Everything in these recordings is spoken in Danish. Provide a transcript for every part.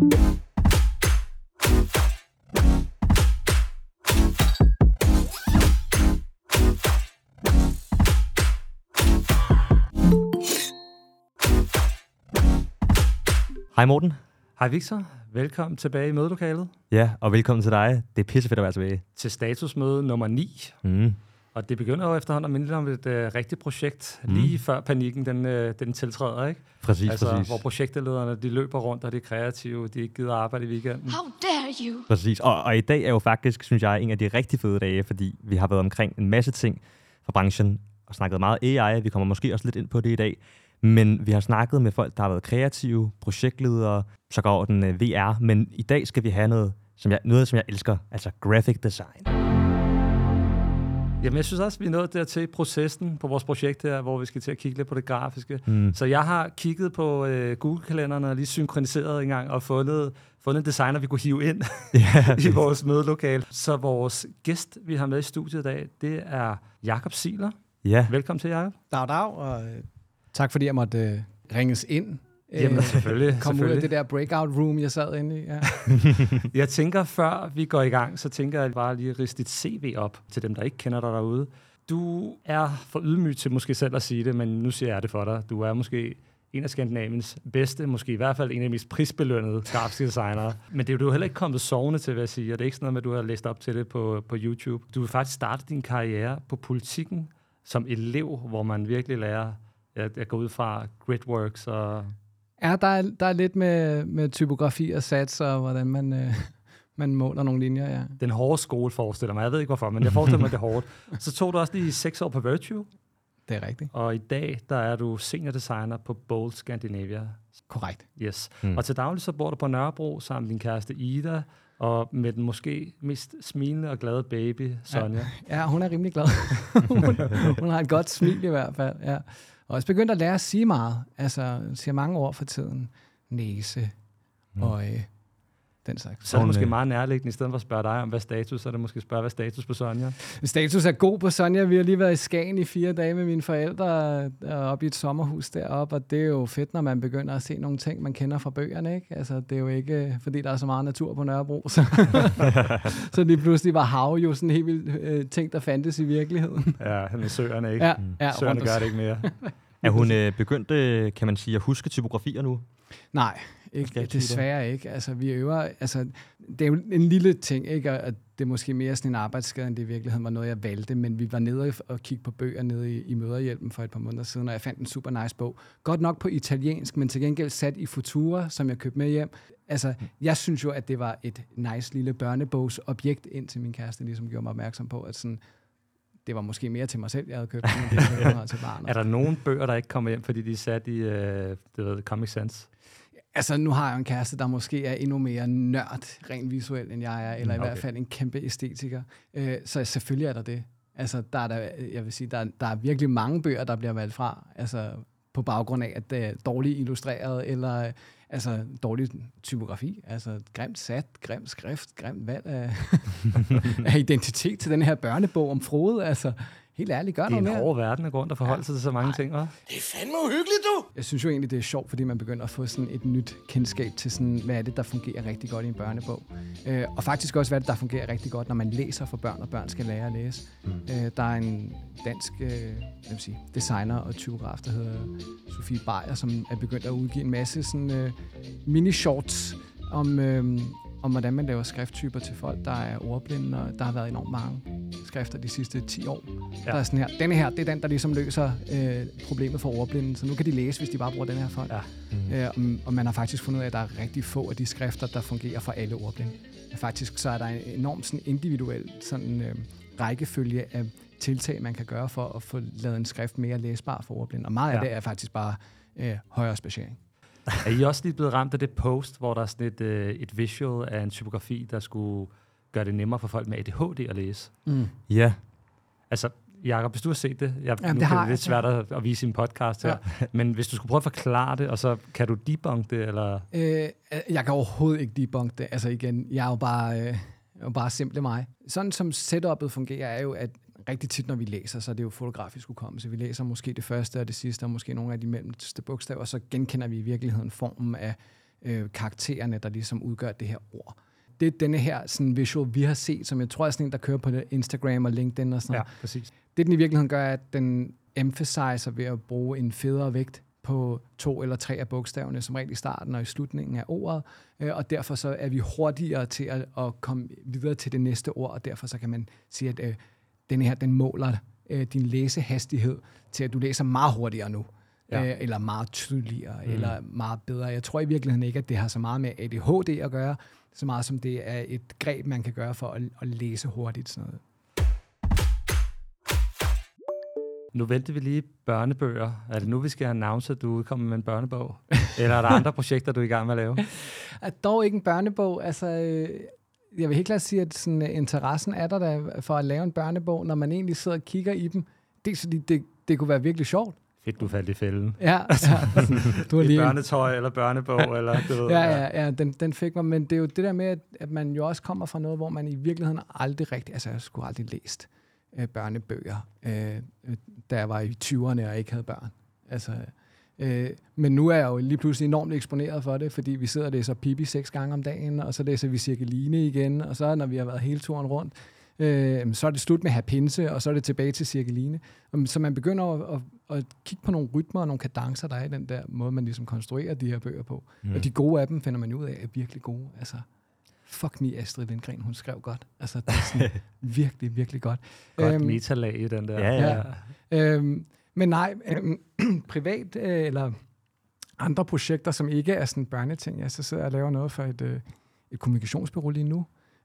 Hej Morten. Hej Victor. Velkommen tilbage i mødelokalet. Ja, og velkommen til dig. Det er pissefedt at være tilbage. Til statusmøde nummer 9. Og det begynder jo efterhånden at minde om et rigtigt projekt, lige før panikken den tiltræder, ikke? Præcis. Hvor projektelederne de løber rundt, og de er kreative, de ikke gider arbejde i weekenden. How dare you? Præcis. Og i dag er jo faktisk, synes jeg, en af de rigtig fede dage, fordi vi har været omkring en masse ting fra branchen og snakket meget AI. Vi kommer måske også lidt ind på det i dag. Men vi har snakket med folk, der har været kreative, projektledere, så går den VR. Men i dag skal vi have noget, som jeg elsker, altså graphic design. Jamen, jeg synes også, vi er nået dertil i processen på vores projekt her, hvor vi skal til at kigge lidt på det grafiske. Så jeg har kigget på Google-kalenderen og lige synkroniseret en gang og fundet en designer, vi kunne hive ind i vores mødelokale. Så vores gæst, vi har med i studiet i dag, det er Jakob Ziegler. Ja. Velkommen til, Jakob. Dag, og tak fordi jeg måtte ringes ind. Jamen selvfølgelig. Kom ud af det der breakout room, jeg sad inde i. Ja. Jeg tænker, før vi går i gang, så tænker jeg bare lige at riste dit CV op til dem, der ikke kender dig derude. Du er for ydmyg til måske selv at sige det, men nu siger jeg det for dig. Du er måske en af Skandinaviens bedste, måske i hvert fald en af de mest prisbelønnede grafiske designere. Men det er jo heller ikke kommet sovende til, hvad jeg siger. Det er ikke sådan noget med, at du har læst op til det på YouTube. Du vil faktisk starte din karriere på Politikken som elev, hvor man virkelig lærer at gå ud fra gridworks og... Ja, der er lidt med typografi og sats og hvordan man måler nogle linjer, ja. Den hårde skole forestiller mig. Jeg ved ikke hvorfor, men jeg forestiller mig, det er hårdt. Så tog du også lige 6 år på Virtue. Det er rigtigt. Og i dag, der er du senior designer på Bold Scandinavia. Korrekt. Yes. Og til daglig så bor du på Nørrebro sammen med din kæreste Ida, og med den måske mest smilende og glade baby, Sonja. Ja, hun er rimelig glad. hun har et godt smil i hvert fald, ja. Og også begyndt at lære at sige meget. Altså, siger mange ord for tiden. Næse og den slags. Så er det måske meget nærliggende, i stedet for at spørge dig om, hvad status, så er det måske spørge, hvad status på Sonja? Status er god på Sonja. Vi har lige været i Skagen i 4 dage med mine forældre oppe i et sommerhus deroppe, og det er jo fedt, når man begynder at se nogle ting, man kender fra bøgerne, ikke? Altså, det er jo ikke, fordi der er så meget natur på Nørrebro, så lige pludselig var hav jo sådan en helt vild ting, der fandtes i virkeligheden. Ja, med søerne, ikke? Ja, søerne gør det ikke mere. Er hun begyndt, kan man sige, at huske typografier nu? Nej, ikke, desværre ikke. Altså, vi øver, altså, det er jo en lille ting, ikke? Og det er måske mere sådan en arbejdsskade, end det i virkeligheden var noget, jeg valgte, men vi var nede og kigge på bøger nede i Møderhjælpen for et par måneder siden, og jeg fandt en super nice bog. Godt nok på italiensk, men til gengæld sat i Futura, som jeg købte med hjem. Altså, jeg synes jo, at det var et nice lille børnebogsobjekt, indtil min kæreste ligesom gjorde mig opmærksom på, at sådan, det var måske mere til mig selv, jeg havde købt, end det var til barnet. Er der nogen bøger, der ikke kommer hjem, fordi de er sat i Comic Sans? Altså, nu har jeg en kæreste, der måske er endnu mere nørd, rent visuelt, end jeg er, eller i hvert fald en kæmpe æstetiker. Så selvfølgelig er der det. Altså, jeg vil sige, der er virkelig mange bøger, der bliver valgt fra, altså på baggrund af, at det er dårligt illustreret, eller altså dårlig typografi, altså grimt sat, grimt skrift, grimt valg af identitet til den her børnebog om Frode, altså helt ærligt, gør noget mere. Det er en hård verden at gå rundt og forholde sig til så mange ting, hva'? Det er fandme uhyggeligt, du! Jeg synes jo egentlig, det er sjovt, fordi man begynder at få sådan et nyt kendskab til sådan, hvad er det, der fungerer rigtig godt i en børnebog. Og faktisk også, hvad er det, der fungerer rigtig godt, når man læser for børn, og børn skal lære at læse. Der er en dansk designer og typograf, der hedder Sofie Beyer, som er begyndt at udgive en masse sådan, mini-shorts om hvordan man laver skrifttyper til folk, der er ordblinde, og der har været enormt mange skrifter de sidste 10 år. Ja. Der er sådan her, denne her, det er den, der ligesom løser problemet for ordblinde, så nu kan de læse, hvis de bare bruger den her font. Ja. Og man har faktisk fundet ud af, at der er rigtig få af de skrifter, der fungerer for alle ordblinde. Faktisk så er der en enormt sådan individuel sådan, rækkefølge af tiltag, man kan gøre for at få lavet en skrift mere læsbar for ordblinde. Og meget af det er faktisk bare højere speciering. Er I også lige blevet ramt af det post, hvor der er sådan et visual af en typografi, der skulle gøre det nemmere for folk med ADHD at læse? Ja. Altså, Jakob, hvis du har set det, nu det er det lidt svært at vise i en podcast her, men hvis du skulle prøve at forklare det, og så kan du debunke det, eller? Jeg kan overhovedet ikke debunke det. Altså igen, jeg er jo bare simple mig. Sådan som setup'et fungerer, er jo, at rigtig tit, når vi læser, så er det jo fotografisk hukommelse. Vi læser måske det første og det sidste, og måske nogle af de mellemste bogstaver, og så genkender vi i virkeligheden formen karaktererne, der ligesom udgør det her ord. Det er denne her sådan visual, vi har set, som jeg tror er sådan en, der kører på Instagram og LinkedIn og sådan noget. Ja, præcis. Det, den i virkeligheden gør, er, at den emphasizer ved at bruge en federe vægt på 2 eller 3 af bogstaverne, som regel i starten og i slutningen af ordet, og derfor så er vi hurtigere til at komme videre til det næste ord, og derfor så kan man sige, at denne her, den måler din læsehastighed til, at du læser meget hurtigere nu, eller meget tydeligere, eller meget bedre. Jeg tror i virkeligheden ikke, at det har så meget med ADHD at gøre, så meget som det er et greb, man kan gøre for at læse hurtigt sådan noget. Nu venter vi lige børnebøger. Er det nu, vi skal announce, at du udkommer med en børnebog? Eller er der andre projekter, du er i gang med at lave? Dog ikke en børnebog. Altså, jeg vil helt klart sige, at sådan, interessen er der for at lave en børnebog, når man egentlig sidder og kigger i dem. Det er fordi, det kunne være virkelig sjovt. Fedt, du faldt i fælden. Ja. Du har lige børnetøj eller børnebog, eller du ved. Ja, den fik mig. Men det er jo det der med, at man jo også kommer fra noget, hvor man i virkeligheden aldrig rigtig... Altså, jeg skulle aldrig læst børnebøger, da jeg var i 20'erne og ikke havde børn. Altså, men nu er jeg jo lige pludselig enormt eksponeret for det, fordi vi sidder og læser Pippi 6 gange om dagen, og så læser vi Cirkeline igen, og så når vi har været hele turen rundt, så er det slut med at have pinse, og så er det tilbage til Cirkeline. Så man begynder at kigge på nogle rytmer og nogle kadencer, der er i den der måde, man ligesom konstruerer de her bøger på. Og de gode af dem finder man ud af er virkelig gode. Altså, fuck me, Astrid Lindgren, hun skrev godt. Altså, det er sådan virkelig, virkelig godt. Godt metalag i den der. Ja. Men nej, privat eller andre projekter, som ikke er sådan børneting, så sidder jeg og laver noget for et kommunikationsbureau lige nu.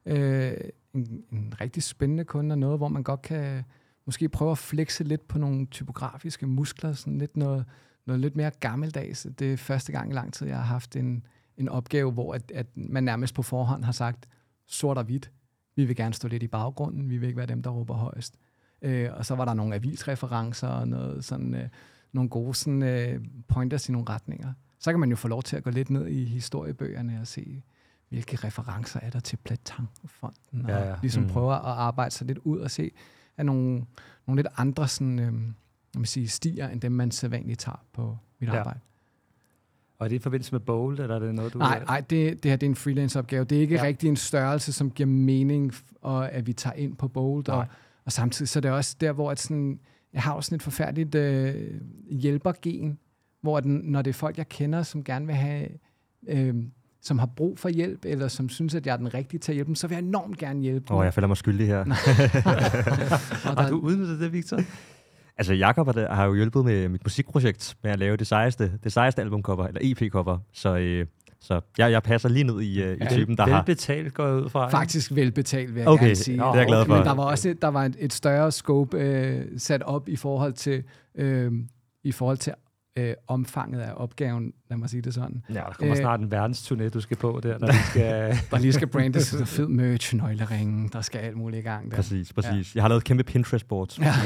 En rigtig spændende kunde og noget, hvor man godt kan måske prøve at flexe lidt på nogle typografiske muskler, sådan lidt noget lidt mere gammeldags. Det er første gang i lang tid, jeg har haft en opgave, hvor at man nærmest på forhånd har sagt, sort og hvidt, vi vil gerne stå lidt i baggrunden, vi vil ikke være dem, der råber højst. Og så var der nogle avisreferencer og noget sådan, nogle gode sådan, pointers i nogle retninger. Så kan man jo få lov til at gå lidt ned i historiebøgerne og se, hvilke referencer er der til Platon-fonden, og ligesom prøve at arbejde sig lidt ud og se af nogle lidt andre sådan, stier, end dem man sædvanligt tager på mit arbejde. Og er det i forbindelse med Bold, eller er det noget, du... Nej, det her det er en freelance-opgave. Det er ikke rigtig en størrelse, som giver mening, at vi tager ind på Bold, og samtidig så er det også der, hvor at sådan, jeg har også sådan et forfærdeligt hjælpergen, hvor når det er folk, jeg kender, som gerne vil have... som har brug for hjælp, eller som synes, at jeg er den rigtige til at hjælpe dem, så vil jeg enormt gerne hjælpe dem. Jeg føler mig skyldig her. Har du udnyttet det, Victor? Altså, Jakob har jo hjulpet med mit musikprojekt med at lave det sejeste albumcover, eller EP-cover. Så jeg passer lige ned i typen, der har... Velbetalt går jeg ud fra. Faktisk velbetalt, vil jeg gerne sige. Det er jeg glad for. Men der var et større scope sat op i forhold til omfanget af opgaven, lad mig sige det sådan. Ja, der kommer snart en verdensturné, du skal på der, der lige skal brandes fed merch, nøgleringen, der skal alt muligt i gang der. Præcis. Ja. Jeg har lavet kæmpe Pinterest-boards. Ja.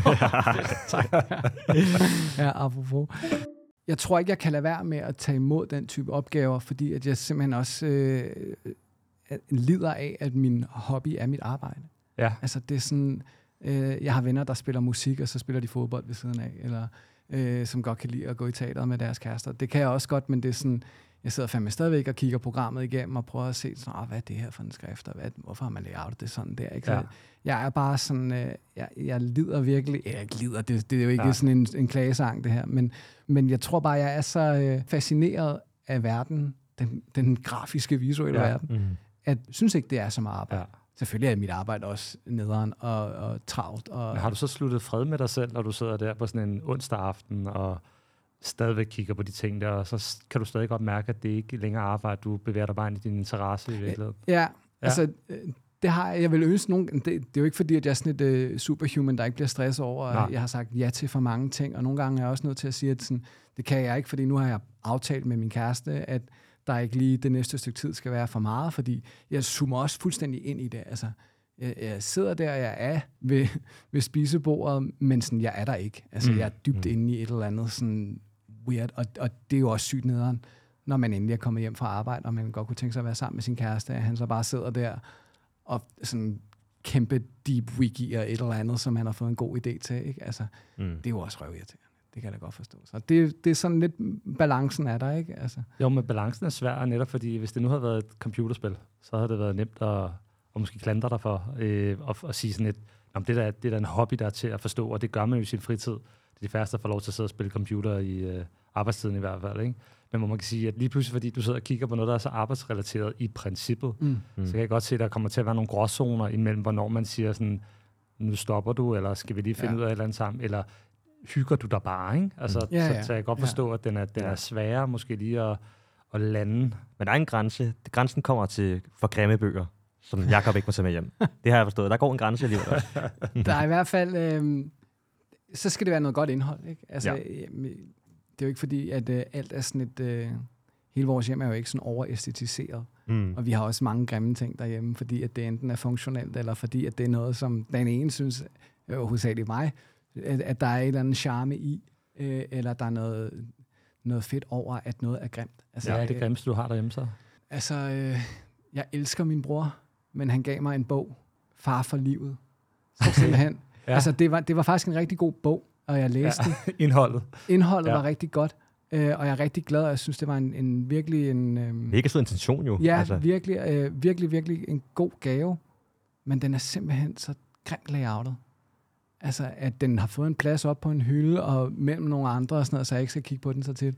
Apropos. Jeg tror ikke, jeg kan lade være med at tage imod den type opgaver, fordi at jeg simpelthen også lider af, at min hobby er mit arbejde. Ja. Altså, det er sådan, jeg har venner, der spiller musik, og så spiller de fodbold ved siden af, eller som godt kan lide at gå i teateret med deres kærester. Det kan jeg også godt, men det er sådan, jeg sidder fandme stadigvæk og kigger programmet igennem og prøver at se, sådan, hvad er det her for en skrift, og hvorfor har man layoutet det sådan der? Ikke? Så jeg er bare sådan, jeg lider virkelig, det er jo ikke sådan en klagesang det her, men jeg tror bare, jeg er så fascineret af verden, den grafiske, visuelle verden, at jeg synes ikke, det er så meget arbejde. Ja. Selvfølgelig er mit arbejde også nederen og travlt. Men har du så sluttet fred med dig selv, når du sidder der på sådan en onsdag aften og stadigvæk kigger på de ting der, og så kan du stadig godt mærke, at det ikke længere arbejde, du bevæger dig bare ind i din interesse i virkeligheden? Ja, altså det har jeg vil ønske nogen. Det er jo ikke fordi, at jeg er sådan et superhuman, der ikke bliver stresset over, at jeg har sagt ja til for mange ting, og nogle gange er jeg også nødt til at sige, at sådan, det kan jeg ikke, fordi nu har jeg aftalt med min kæreste, at der ikke lige det næste stykke tid skal være for meget, fordi jeg zoomer også fuldstændig ind i det. Altså, jeg sidder der, og jeg er ved spisebordet, men sådan, jeg er der ikke. Altså, jeg er dybt inde i et eller andet sådan weird, og det er jo også sygt nederen, når man endelig er kommet hjem fra arbejde, og man godt kunne tænke sig at være sammen med sin kæreste, at han så bare sidder der og sådan kæmpe deep wiki og et eller andet, som han har fået en god idé til. Ikke? Altså, det er jo også røvirriterende. Det kan jeg da godt forstå. Så det er sådan lidt balancen er der, ikke? Altså. Jo, men balancen er svær, netop fordi, hvis det nu havde været et computerspil, så havde det været nemt at måske klandre dig for at sige sådan et, det er da en hobby, der er til at forstå, og det gør man jo i sin fritid. Det er de færreste, der får lov til at sidde og spille computer i arbejdstiden i hvert fald, ikke? Men man kan sige, at lige pludselig, fordi du sidder og kigger på noget, der er så arbejdsrelateret i princippet, så kan jeg godt se, at der kommer til at være nogle gråzoner imellem, hvornår man siger sådan, nu stopper du, eller skal vi lige finde ud af et eller andet sammen, eller hygger du dig bare, ikke? Altså, så jeg kan godt forstå, at den er sværere måske lige at lande. Men der er en grænse. Grænsen kommer til for grimme bøger, som Jakob ikke må tage med hjem. Det har jeg forstået. Der går en grænse alligevel også. Der er i hvert fald... så skal det være noget godt indhold, ikke? Altså, det er jo ikke fordi, at alt er sådan et... hele vores hjem er jo ikke sådan overæstetiseret. Og vi har også mange grimme ting derhjemme, fordi at det enten er funktionelt, eller fordi at det er noget, som den ene synes, hovedsageligt mig, at der er et eller andet charme i, eller der er noget fedt over, at noget er grimt. Altså, Hvad er det grimmeste, du har derhjemme så? Altså, jeg elsker min bror, men han gav mig en bog, Far for livet. Så simpelthen. Altså, det var faktisk en rigtig god bog, og jeg læste den. Indholdet var rigtig godt, og jeg er rigtig glad, og jeg synes, det var en virkelig... Mega stor intention jo. Ja, altså. virkelig en god gave, men den er simpelthen så grimt layoutet. Altså, at den har fået en plads op på en hylde, og mellem nogle andre og sådan noget, så jeg ikke skal kigge på den så tit.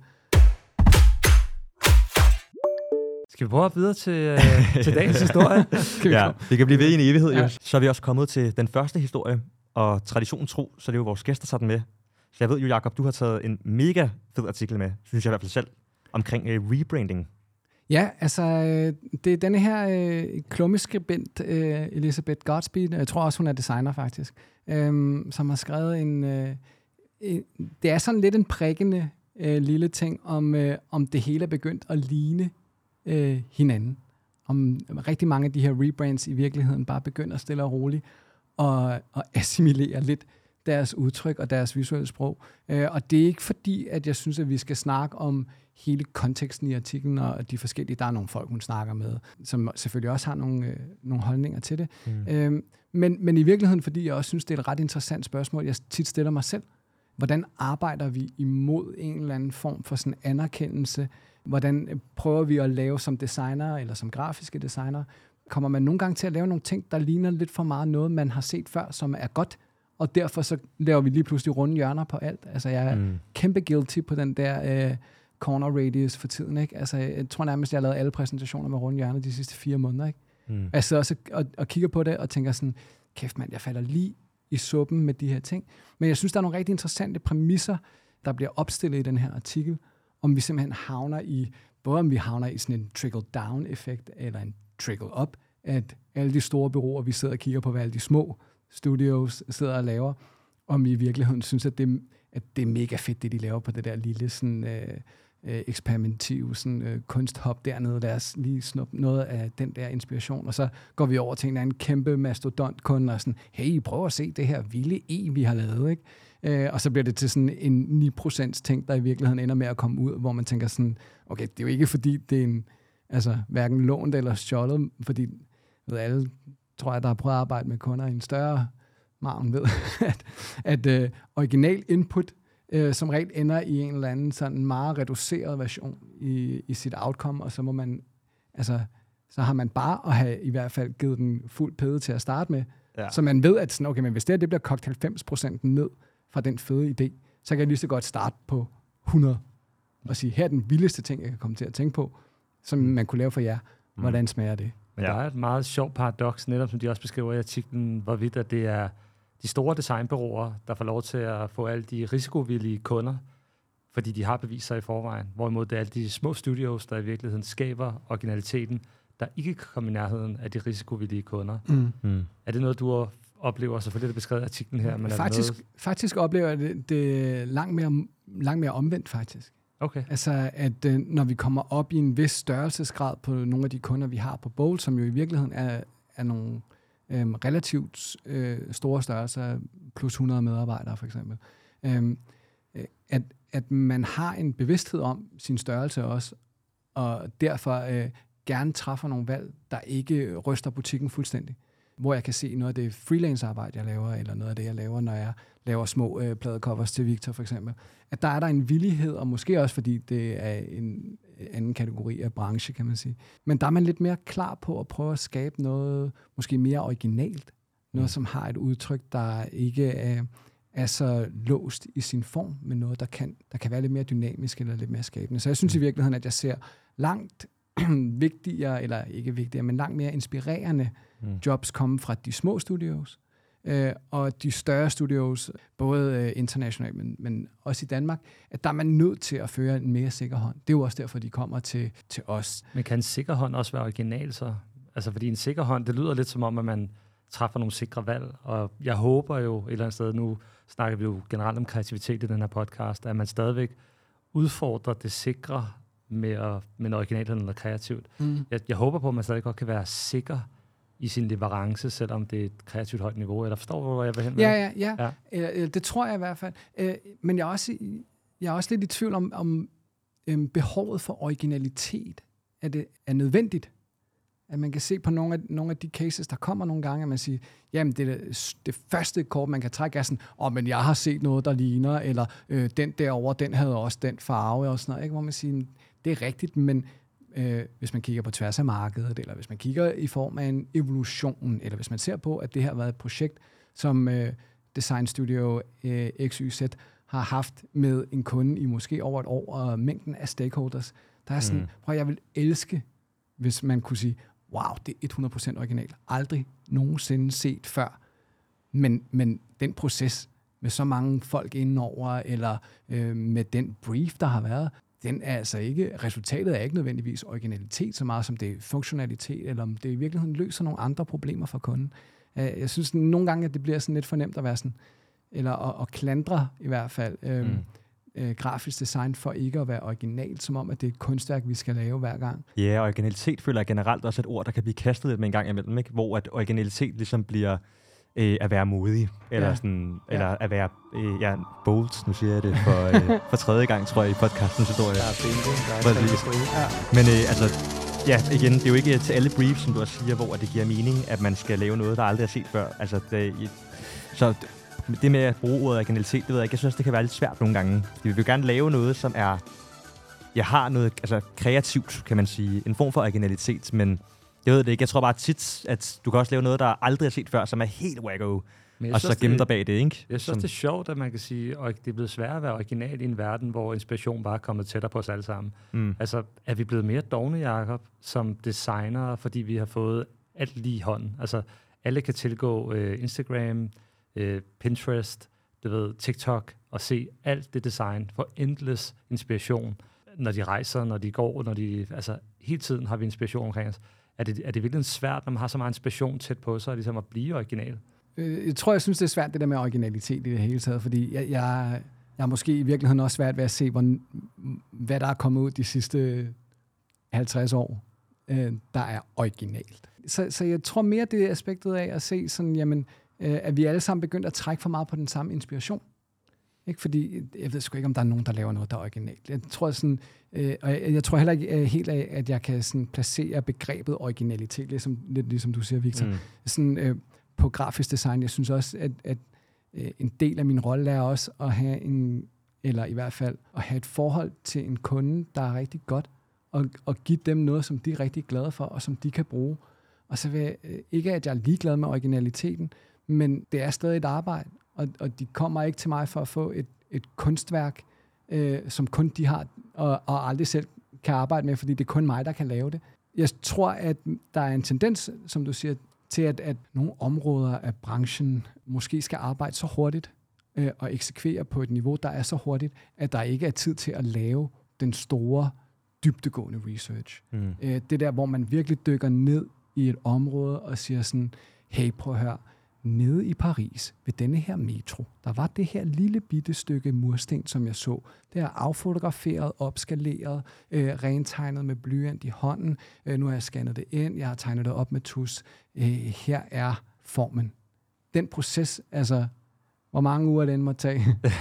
Skal vi prøve at videre til dagens historie? Vi kan blive ved i en evighed, jo. Så er vi også kommet til den første historie, og traditionen tro, så det er jo vores gæster, der tager den med. Så jeg ved jo, Jakob, du har taget en mega fed artikel med, synes jeg i hvert fald selv, omkring rebranding. Ja, altså, det er denne her klummeskribent, Elizabeth Godspeed, jeg tror også, hun er designer faktisk, som har skrevet det er sådan lidt en prikkende lille ting, om det hele er begyndt at ligne hinanden. Om rigtig mange af de her rebrands i virkeligheden bare begynder stille og roligt og assimilere lidt deres udtryk og deres visuelle sprog. Og det er ikke fordi, at jeg synes, at vi skal snakke om hele konteksten i artiklen, og de forskellige, der er nogle folk, hun snakker med, som selvfølgelig også har nogle holdninger til det. Men i virkeligheden, fordi jeg også synes, det er et ret interessant spørgsmål, jeg tit stiller mig selv. Hvordan arbejder vi imod en eller anden form for sådan anerkendelse? Hvordan prøver vi at lave som designer, eller som grafiske designer? Kommer man nogle gange til at lave nogle ting, der ligner lidt for meget noget, man har set før, som er godt, og derfor så laver vi lige pludselig runde hjørner på alt. Altså, jeg er kæmpe guilty på den der corner radius for tiden, ikke? Altså, jeg tror nærmest, jeg har lavet alle præsentationer med runde hjørner de sidste 4 måneder, ikke? Jeg sidder også og kigger på det og tænker sådan, kæft mand, jeg falder lige i suppen med de her ting. Men jeg synes, der er nogle rigtig interessante præmisser, der bliver opstillet i den her artikel, om vi simpelthen havner i, både om vi havner i sådan en trickle-down-effekt, eller en trickle-up, at alle de store bureauer, vi sidder og kigger på, hvad alle de små studios sidder og laver, om vi i virkeligheden synes, at det er mega fedt, det de laver på det der lille sådan, eksperimentive kunsthop dernede. Lad os lige snuppe noget af den der inspiration, og så går vi over til en anden kæmpe mastodontkunde, og sådan, hey, prøv at se det her vilde vi har lavet, ikke? Og så bliver det til sådan en 9% ting, der i virkeligheden ender med at komme ud, hvor man tænker sådan, okay, det er jo ikke fordi, det er hverken lånt eller stjålet, fordi ved alle, tror jeg, der har prøvet at arbejde med kunder i en større margen ved, at original input som regel ender i en eller anden sådan meget reduceret version i sit outcome, og så må man, altså, så har man bare at have i hvert fald givet den fuld pæde til at starte med, så man ved, at sådan, okay, men hvis det bliver kogt 90% ned fra den fede idé, så kan jeg lige så godt starte på 100 og sige, her er den vildeste ting, jeg kan komme til at tænke på, som man kunne lave for jer. Hvordan smager det? Men der er et meget sjovt paradoks, netop som de også beskriver i artiklen, hvorvidt at det er de store designbureauer, der får lov til at få alle de risikovillige kunder, fordi de har beviser i forvejen. Hvorimod det er alle de små studios, der i virkeligheden skaber originaliteten, der ikke kan komme i nærheden af de risikovillige kunder. Er det noget, du oplever, selvfølgelig er det beskrevet i artiklen her, men faktisk oplever jeg det langt mere omvendt, faktisk. Okay. Altså, at når vi kommer op i en vis størrelsesgrad på nogle af de kunder, vi har på Bold, som jo i virkeligheden er nogle relativt store størrelser, plus 100 medarbejdere for eksempel, at man har en bevidsthed om sin størrelse også, og derfor gerne træffer nogle valg, der ikke ryster butikken fuldstændig. hvor jeg kan se noget af det freelance-arbejde, jeg laver, eller noget af det, jeg laver, når jeg laver små pladecovers til Victor for eksempel. At der er der en villighed, og måske også fordi det er en anden kategori af branche, kan man sige. Men der er man lidt mere klar på at prøve at skabe noget måske mere originalt. Noget, som har et udtryk, der ikke er så låst i sin form, men noget, der kan være lidt mere dynamisk eller lidt mere skabende. Så jeg synes i virkeligheden, at jeg ser langt vigtigere, eller ikke vigtigere, men langt mere inspirerende jobs komme fra de små studios, og de større studios, både internationalt, men også i Danmark, at der er man nødt til at føre en mere sikker hånd. Det er jo også derfor, de kommer til os. Men kan en sikker hånd også være original så? Altså, fordi en sikker hånd, det lyder lidt som om, at man træffer nogle sikre valg, og jeg håber jo et eller andet sted, nu snakker vi jo generelt om kreativitet i den her podcast, at man stadigvæk udfordrer det sikre med noget originalt eller noget kreativt. Jeg håber på, at man stadig godt kan være sikker i sin leverance, selvom det er et kreativt højt niveau. Eller forstår du, hvor jeg vil hen med det? Ja. Det tror jeg i hvert fald. Men jeg er også lidt i tvivl om behovet for originalitet. Er nødvendigt. At man kan se på nogle af de cases, der kommer nogle gange, at man siger, jamen det første kort, man kan trække, er sådan, men jeg har set noget, der ligner, eller den derovre, den havde også den farve, og sådan noget, ikke? Hvor man siger, det er rigtigt, men hvis man kigger på tværs af markedet, eller hvis man kigger i form af en evolution, eller hvis man ser på, at det her har været et projekt, som Design Studio XYZ har haft med en kunde i måske over et år, og mængden af stakeholders, der er sådan, jeg vil elske, hvis man kunne sige, wow, det er 100% originalt. Aldrig nogensinde set før. Men den proces med så mange folk indenover, eller med den brief, der har været, den er altså ikke, resultatet er ikke nødvendigvis originalitet så meget, som det er funktionalitet, eller om det i virkeligheden løser nogle andre problemer for kunden. Jeg synes nogle gange, at det bliver sådan lidt for nemt at være sådan, eller at klandre i hvert fald grafisk design for ikke at være originalt, som om, at det er et kunstværk, vi skal lave hver gang. Ja, originalitet føler jeg generelt også et ord, der kan blive kastet lidt med en gang imellem, ikke? Hvor at originalitet ligesom bliver at være modig, eller, sådan, eller at være bold, nu siger jeg det for tredje gang, tror jeg, i podcastens historie. Men igen, det er jo ikke til alle briefs, som du også siger, hvor det giver mening, at man skal lave noget, der aldrig er set før. Altså, så det med at bruge ordet originalitet, det ved jeg ikke. Jeg synes, det kan være lidt svært nogle gange. Vi vil gerne lave noget, som er... Jeg har noget kreativt, kan man sige. En form for originalitet, men jeg ved det ikke. Jeg tror bare tit, at du kan også lave noget, der aldrig er set før, som er helt wacko. Og så gemme dig bag det, ikke? Jeg synes, det er sjovt, at man kan sige, at det er blevet svært at være original i en verden, hvor inspiration bare er kommet tættere på os alle sammen. Altså, er vi blevet mere dovne, Jacob, som designer, fordi vi har fået alt lige i hånden? Altså, alle kan tilgå Instagram, Pinterest, TikTok, og se alt det design for endless inspiration, når de rejser, når de går, hele tiden har vi inspiration omkring os. Er det virkelig svært, når man har så meget inspiration tæt på sig, ligesom at blive original? Jeg synes, det er svært, det der med originalitet i det hele taget, fordi jeg er måske i virkeligheden også svært ved at se, hvad der er kommet ud de sidste 50 år, der er originalt. Så jeg tror mere, det er aspektet af at se sådan, jamen, at vi alle sammen begyndt at trække for meget på den samme inspiration. Ikke fordi, jeg ved sgu ikke, om der er nogen, der laver noget, der er originalt. Jeg tror sådan, og jeg tror heller ikke helt af, at jeg kan sådan placere begrebet originalitet, lidt ligesom du siger, Victor. Sådan, på grafisk design, jeg synes også, at en del af min rolle er også at have eller i hvert fald at have et forhold til en kunde, der er rigtig godt, og give dem noget, som de er rigtig glade for, og som de kan bruge. Og så vil jeg, ikke, at jeg er ligeglad med originaliteten, men det er stadig et arbejde, og de kommer ikke til mig for at få et kunstværk, som kun de har, og aldrig selv kan arbejde med, fordi det er kun mig, der kan lave det. Jeg tror, at der er en tendens, som du siger, til at nogle områder af branchen måske skal arbejde så hurtigt og eksekvere på et niveau, der er så hurtigt, at der ikke er tid til at lave den store, dybdegående research. Det der, hvor man virkelig dykker ned i et område og siger sådan, hey, prøv at høre, nede i Paris, ved denne her metro, der var det her lille bitte stykke mursten, som jeg så. Det er affotograferet, opskaleret, rentegnet med blyant i hånden. Nu har jeg scannet det ind, jeg har tegnet det op med tus. Her er formen. Den proces, altså, hvor mange uger den må tage.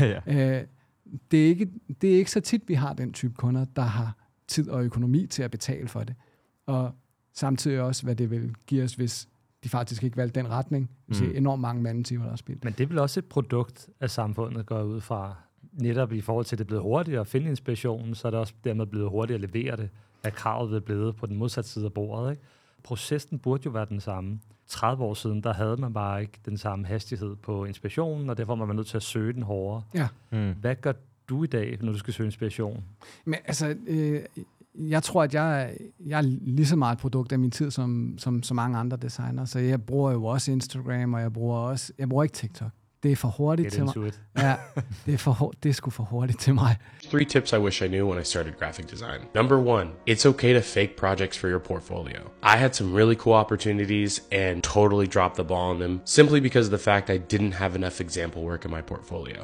Det er ikke så tit, vi har den type kunder, der har tid og økonomi til at betale for det. Og samtidig også, hvad det vil give os, hvis de faktisk ikke valgte den retning. Så enormt mange mandetimer, der er spildt. Men det er vel også et produkt af samfundet, går ud fra. Netop i forhold til, at det er blevet hurtigere at finde inspirationen, så er det også dermed blevet hurtigere at levere det, at kravet er blevet på den modsatte side af bordet. Ikke? Processen burde jo være den samme. 30 år siden, der havde man bare ikke den samme hastighed på inspirationen, og derfor var man nødt til at søge den hårdere. Ja. Hvad gør du i dag, når du skal søge inspiration? Men altså, jeg tror, at jeg er lige så meget et produkt af min tid, som mange andre designer. Så jeg bruger jo også Instagram, og jeg bruger ikke TikTok. Det er for hurtigt til mig. Ja, det er sgu for hurtigt til mig. 3 tips I wish I knew when I started graphic design. Number 1, it's okay to fake projects for your portfolio. I had some really cool opportunities and totally dropped the ball on them simply because of the fact I didn't have enough example work in my portfolio.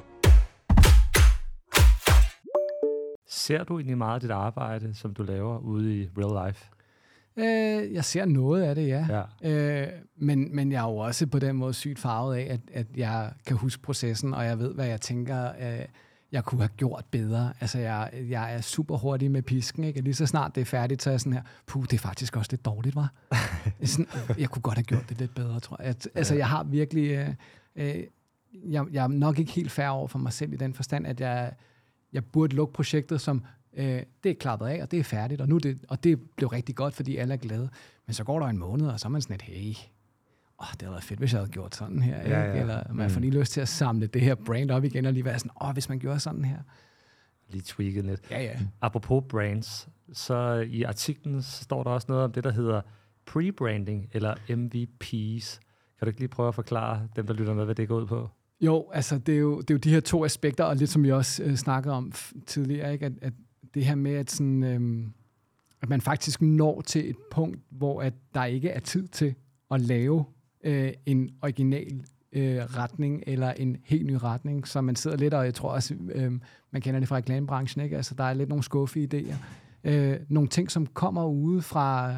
Ser du egentlig meget af dit arbejde, som du laver ude i real life? Jeg ser noget af det, ja. Men jeg er jo også på den måde sygt farvet af, at jeg kan huske processen, og jeg ved, hvad jeg tænker, jeg kunne have gjort bedre. Altså, jeg er super hurtig med pisken, ikke? Lige så snart det er færdigt, så er jeg sådan her, det er faktisk også lidt dårligt, hva'? Jeg kunne godt have gjort det lidt bedre, tror jeg. Altså, jeg har virkelig... Jeg er nok ikke helt fair over for mig selv i den forstand, at jeg burde lukke projektet som... det er klappet af, og det er færdigt, og det blev rigtig godt, fordi alle er glade. Men så går der en måned, og så er man sådan et, hey, det havde været fedt, hvis jeg havde gjort sådan her. Ja, ikke? Eller man får lige lyst til at samle det her brand op igen, og lige være sådan, hvis man gjorde sådan her. Lige tweaket lidt. Ja. Apropos brands, så i artiklen så står der også noget om det, der hedder pre-branding, eller MVPs. Kan du ikke lige prøve at forklare dem, der lytter med, hvad det går ud på? Jo, altså det er jo de her 2 aspekter, og lidt som vi også snakkede om tidligere, ikke? At det her med, at, sådan, at man faktisk når til et punkt, hvor at der ikke er tid til at lave en original retning, eller en helt ny retning, så man sidder lidt, og jeg tror også, man kender det fra reklamebranchen, ikke? Altså der er lidt nogle skuffe idéer. Nogle ting, som kommer ude fra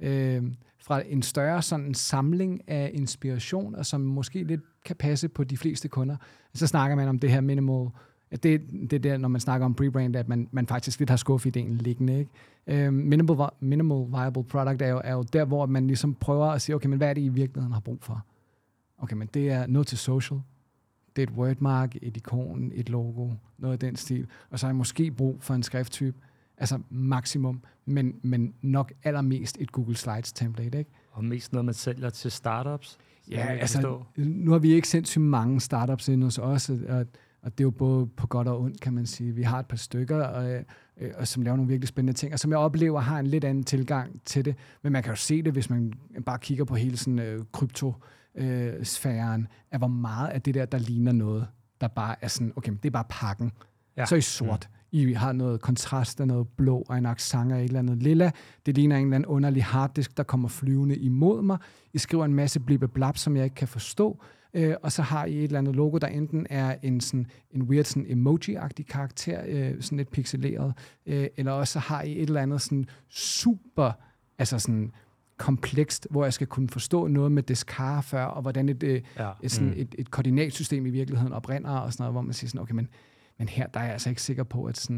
en større sådan samling af inspiration, og som måske lidt kan passe på de fleste kunder. Så snakker man om det her minimal. Det er der, når man snakker om pre-brand, at man faktisk lidt har skuffet-idéen liggende. Ikke? Minimal viable product er jo der, hvor man ligesom prøver at sige, okay, men hvad er det, I virkeligheden har brug for? Okay, men det er noget til social. Det er et wordmark, et ikon, et logo, noget af den stil. Og så har jeg måske brug for en skrifttype. Altså maksimum, men nok allermest et Google Slides template, ikke? Og mest noget, man sælger til startups? Ja, altså, nu har vi ikke sindssygt mange startups inde hos os, og det er jo både på godt og ondt, kan man sige. Vi har et par stykker, og som laver nogle virkelig spændende ting, og som jeg oplever har en lidt anden tilgang til det. Men man kan jo se det, hvis man bare kigger på hele sådan kryptosfæren, af hvor meget af det der ligner noget, der bare er sådan, okay, det er bare pakken. Ja. Så er I sort. I har noget kontrast, noget blå og en accent og et eller andet lilla. Det ligner en eller anden underlig harddisk, der kommer flyvende imod mig. I skriver en masse blibbeblab, som jeg ikke kan forstå. Og så har I et eller andet logo, der enten er en weird sådan emoji-agtig karakter, sådan lidt pixeleret, eller også så har I et eller andet sådan super, altså sådan komplekst, hvor jeg skal kunne forstå noget med Descartes før, og hvordan et koordinatsystem i virkeligheden oprinder, og sådan noget, hvor man siger sådan, okay, men her der er jeg altså ikke sikker på, at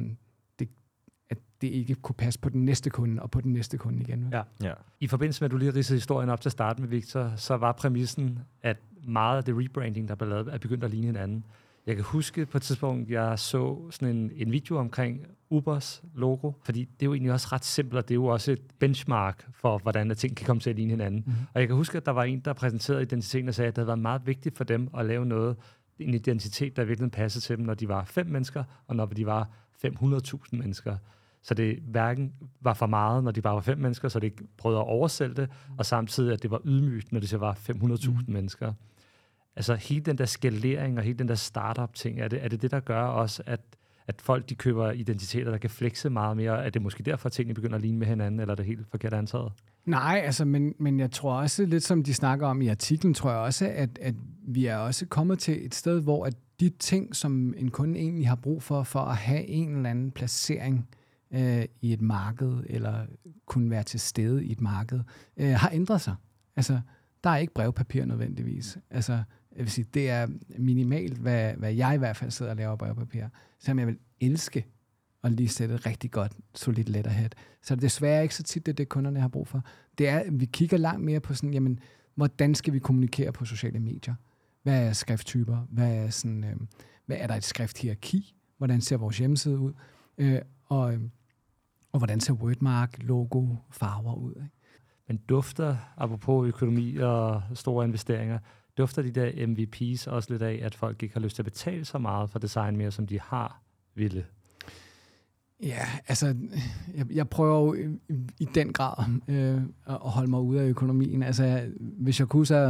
det ikke kunne passe på den næste kunde, og på den næste kunde igen. Ja. I forbindelse med, at du lige ridsede historien op til at starte med, Victor, så var præmissen, at meget af det rebranding, der blev lavet, er begyndt at ligne hinanden. Jeg kan huske på et tidspunkt, jeg så sådan en video omkring Ubers logo, fordi det er jo egentlig også ret simpelt, og det er jo også et benchmark for, hvordan ting kan komme til at ligne hinanden. Mm-hmm. Og jeg kan huske, at der var en, der præsenterede identiteten og sagde, at det havde været meget vigtigt for dem at lave en identitet, der virkelig passede til dem, når de var 5 mennesker, og når de var 500.000 mennesker. Så det hverken var for meget, når de bare var 5 mennesker, så det prøvede at oversælge det, og samtidig, at det var ydmygt, når det så var 500.000 mennesker. Altså hele den der skalering og hele den der startup-ting, er det, der gør også, at folk de køber identiteter, der kan flexe meget mere? Er det måske derfor, at tingene begynder at ligne med hinanden, eller er det helt forkert antaget? Nej, altså, men jeg tror også, lidt som de snakker om i artiklen, tror jeg også, at vi er også kommet til et sted, hvor at de ting, som en kunde egentlig har brug for at have en eller anden placering i et marked, eller kunne være til stede i et marked, har ændret sig. Altså, der er ikke brevpapir nødvendigvis. Altså, jeg vil sige, det er minimalt, hvad jeg i hvert fald sidder og laver brevpapir. Selvom jeg vil elske at lige sætte et rigtig godt, solidt letterhead. Så det er desværre ikke så tit, det kunderne har brug for. Det er, vi kigger langt mere på sådan, jamen, hvordan skal vi kommunikere på sociale medier? Hvad er skrifttyper? Hvad er der et skrifthierarki? Hvordan ser vores hjemmeside ud? Og hvordan ser Wordmark, logo, farver ud? Ikke? Men dufter, apropos økonomi og store investeringer, dufter de der MVP's også lidt af, at folk ikke har lyst til at betale så meget for design mere, som de har ville? Ja, altså, jeg prøver jo i den grad at holde mig ude af økonomien. Altså, hvis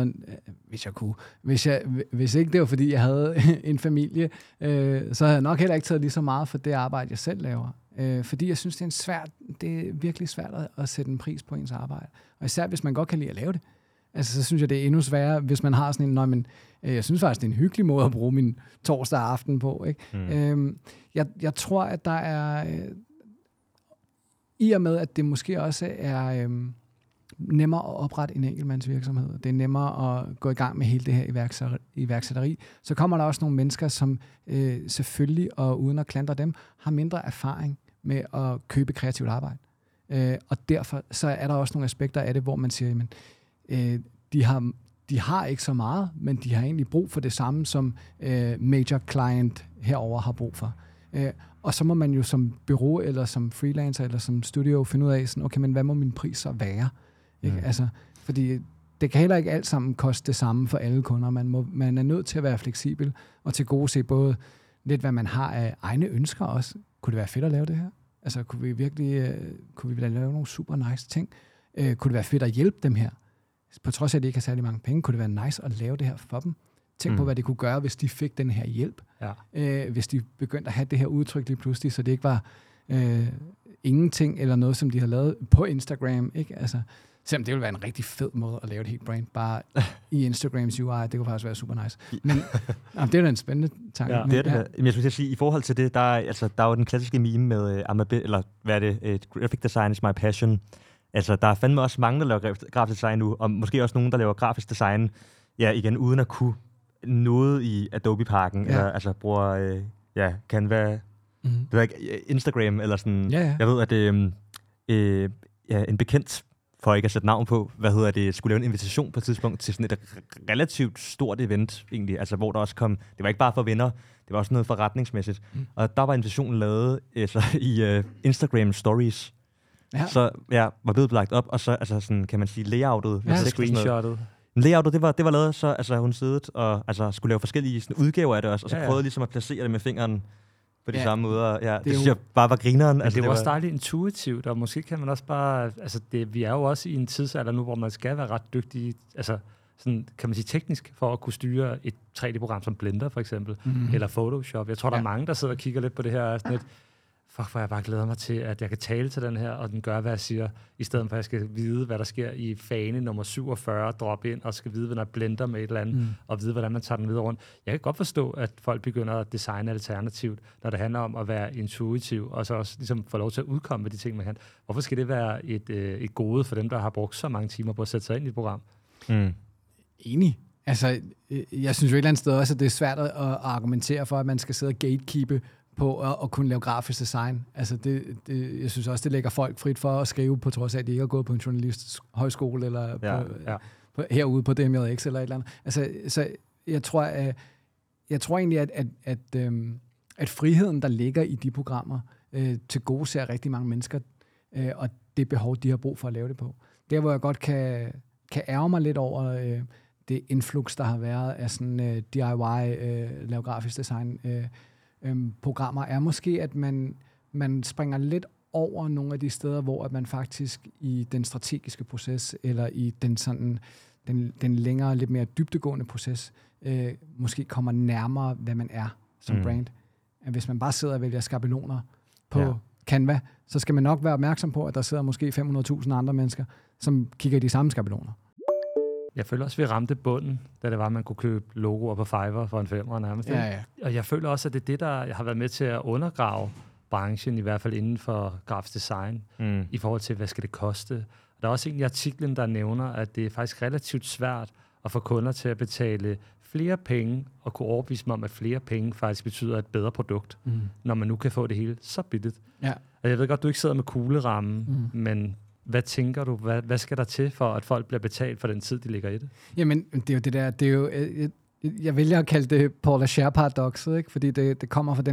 ikke det var, fordi jeg havde en familie, så havde jeg nok heller ikke taget lige så meget for det arbejde, jeg selv laver. Fordi jeg synes, det er virkelig svært at sætte en pris på ens arbejde. Og især hvis man godt kan lide at lave det. Altså, så synes jeg, det er endnu sværere, hvis man har sådan en, jeg synes faktisk, det er en hyggelig måde at bruge min torsdag aften på. Ikke? Jeg tror, at der er, i og med, at det måske også er nemmere at oprette en enkeltmandsvirksomhed, det er nemmere at gå i gang med hele det her iværksætteri, så kommer der også nogle mennesker, som selvfølgelig, og uden at klandre dem, har mindre erfaring med at købe kreativt arbejde. Og derfor så er der også nogle aspekter af det, hvor man siger, jamen, de har ikke så meget, men de har egentlig brug for det samme, som major client herover har brug for. Og så må man jo som bureau, eller som freelancer, eller som studio finde ud af, sådan, okay, men hvad må min pris så være? Ikke? Altså, fordi det kan heller ikke alt sammen koste det samme for alle kunder. Man er nødt til at være fleksibel, og til gode se både lidt, hvad man har af egne ønsker også. Kunne det være fedt at lave det her? Altså, kunne vi virkelig lave nogle super nice ting? Kunne det være fedt at hjælpe dem her? På trods af, at de ikke har særlig mange penge, kunne det være nice at lave det her for dem. Tænk på, hvad det kunne gøre, hvis de fik den her hjælp. Ja. Hvis de begyndte at have det her udtryk lige pludselig, så det ikke var ingenting eller noget, som de har lavet på Instagram. Ikke? Altså, selvom det ville være en rigtig fed måde at lave et helt brand, bare i Instagrams UI, det kunne faktisk være super nice. Men det er da en spændende tanke. Ja, det er det. Ja. Jeg skulle sige, i forhold til det, der er jo den klassiske meme med eller hvad er det, graphic design is my passion. Altså, der er fandme også mange, der laver grafisk design nu, og måske også nogen, der laver grafisk design, ja, igen, uden at kunne noget i Adobe-pakken, eller altså bruger, Canva, det er ikke, Instagram, eller sådan. Ja. Jeg ved, at en bekendt, for ikke at sætte navn på, skulle lave en invitation på et tidspunkt til sådan et relativt stort event, egentlig, altså hvor der også kom, det var ikke bare for venner, det var også noget forretningsmæssigt, og der var invitationen lavet i Instagram Stories. Ja. Så var blevet lagt op, og så altså sådan, kan man sige, layoutet. Ja, screenshotet. Layoutet, det var lavet, så altså, hun siddet og skulle lave forskellige sådan, udgaver af det også, og så prøvede ligesom at placere det med fingeren på de samme måder. Ja, det synes jeg bare var grineren. Altså, det var også dejligt intuitivt, og måske kan man også bare, altså vi er jo også i en tidsalder nu, hvor man skal være ret dygtig, altså sådan, kan man sige teknisk, for at kunne styre et 3D-program som Blender for eksempel, eller Photoshop. Jeg tror, der er mange, der sidder og kigger lidt på det her sådan lidt, fuck, hvor jeg bare glæder mig til, at jeg kan tale til den her, og den gør, hvad jeg siger, i stedet for, at jeg skal vide, hvad der sker i fane nummer 47, drop ind, og skal vide, hvad der blender med et eller andet, og vide, hvordan man tager den videre rundt. Jeg kan godt forstå, at folk begynder at designe alternativt, når det handler om at være intuitiv, og så også ligesom få lov til at udkomme med de ting, man kan. Hvorfor skal det være et gode for dem, der har brugt så mange timer på at sætte sig ind i et program? Enig. Altså, jeg synes jo et eller andet sted også, at det er svært at argumentere for, at man skal sidde og gatekeepe på at kunne lave grafisk design. Altså jeg synes også, det lægger folk frit for at skrive, på trods af, at de ikke har gået på en journalisthøjskole, eller på, herude på DMJX eller et eller andet. Altså, så jeg tror egentlig, at friheden, der ligger i de programmer, til gode ser rigtig mange mennesker, og det behov, de har brug for at lave det på. Der, hvor jeg godt kan ærge mig lidt over det influx, der har været af sådan DIY, lave grafisk design, programmer, er måske, at man springer lidt over nogle af de steder, hvor at man faktisk i den strategiske proces, eller i den længere, lidt mere dybdegående proces, måske kommer nærmere, hvad man er som brand. Hvis man bare sidder og vælger skabeloner på Canva, så skal man nok være opmærksom på, at der sidder måske 500.000 andre mennesker, som kigger i de samme skabeloner. Jeg føler også, at vi ramte bunden, da det var, at man kunne købe logoer på Fiverr for en 5'er nærmest. Ja. Og jeg føler også, at det er det, der har været med til at undergrave branchen, i hvert fald inden for grafisk design, i forhold til, hvad skal det koste. Og der er også en i artiklen, der nævner, at det er faktisk relativt svært at få kunder til at betale flere penge, og kunne overbevise dem om, at flere penge faktisk betyder et bedre produkt, når man nu kan få det hele så billigt. Ja. Og jeg ved godt, du ikke sidder med kuglerammen, men Hvad tænker du? Hvad skal der til, for at folk bliver betalt for den tid, de ligger i det? Jamen, det er jo det der, det er jo... Jeg vælger at kalde det Paula Scher-paradokset, ikke? Fordi det kommer fra den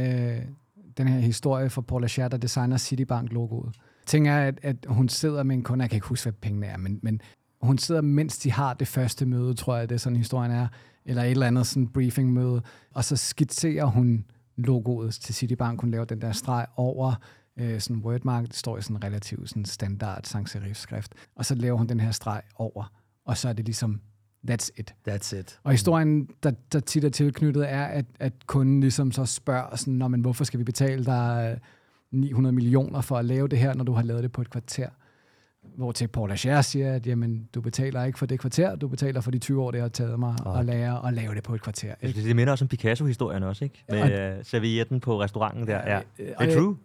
her historie fra Paula Scher, der designer Citibank-logoet. Ting er, at hun sidder med en kunde, jeg kan ikke huske, hvad pengene er, men hun sidder, mens de har det første møde, tror jeg, det er sådan historien er, eller et eller andet sådan briefing-møde, og så skitserer hun logoet til Citibank. Hun laver den der streg over sådan wordmark, det står i sådan relativt sådan standard sans-serif-skrift, og så laver hun den her streg over, og så er det ligesom that's it. That's it. Og historien, der tit er tilknyttet, er, at kunden ligesom så spørger sådan, men hvorfor skal vi betale dig 900 millioner for at lave det her, når du har lavet det på et kvarter? Hvor til Paula Scher siger, at jamen, du betaler ikke for det kvarter, du betaler for de 20 år, det har taget mig at lære at lave det på et kvarter. Ikke? Det minder også om Picasso-historien også, ikke? Med servietten på restauranten der. Ja. Det er true.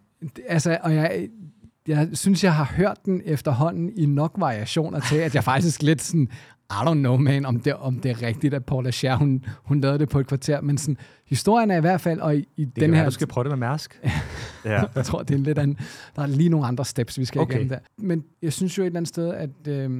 Og jeg synes, jeg har hørt den efterhånden i nok variationer til, at jeg faktisk lidt sådan, I don't know, man, om det er rigtigt, at Paula Scher, hun lavede det på et kvarter, men sådan, historien er i hvert fald, og i den her... Du skal prøve det med Mærsk. Ja. Jeg tror, det er lidt andet. Der er lige nogle andre steps, vi skal igennem der. Men jeg synes jo et eller andet sted, at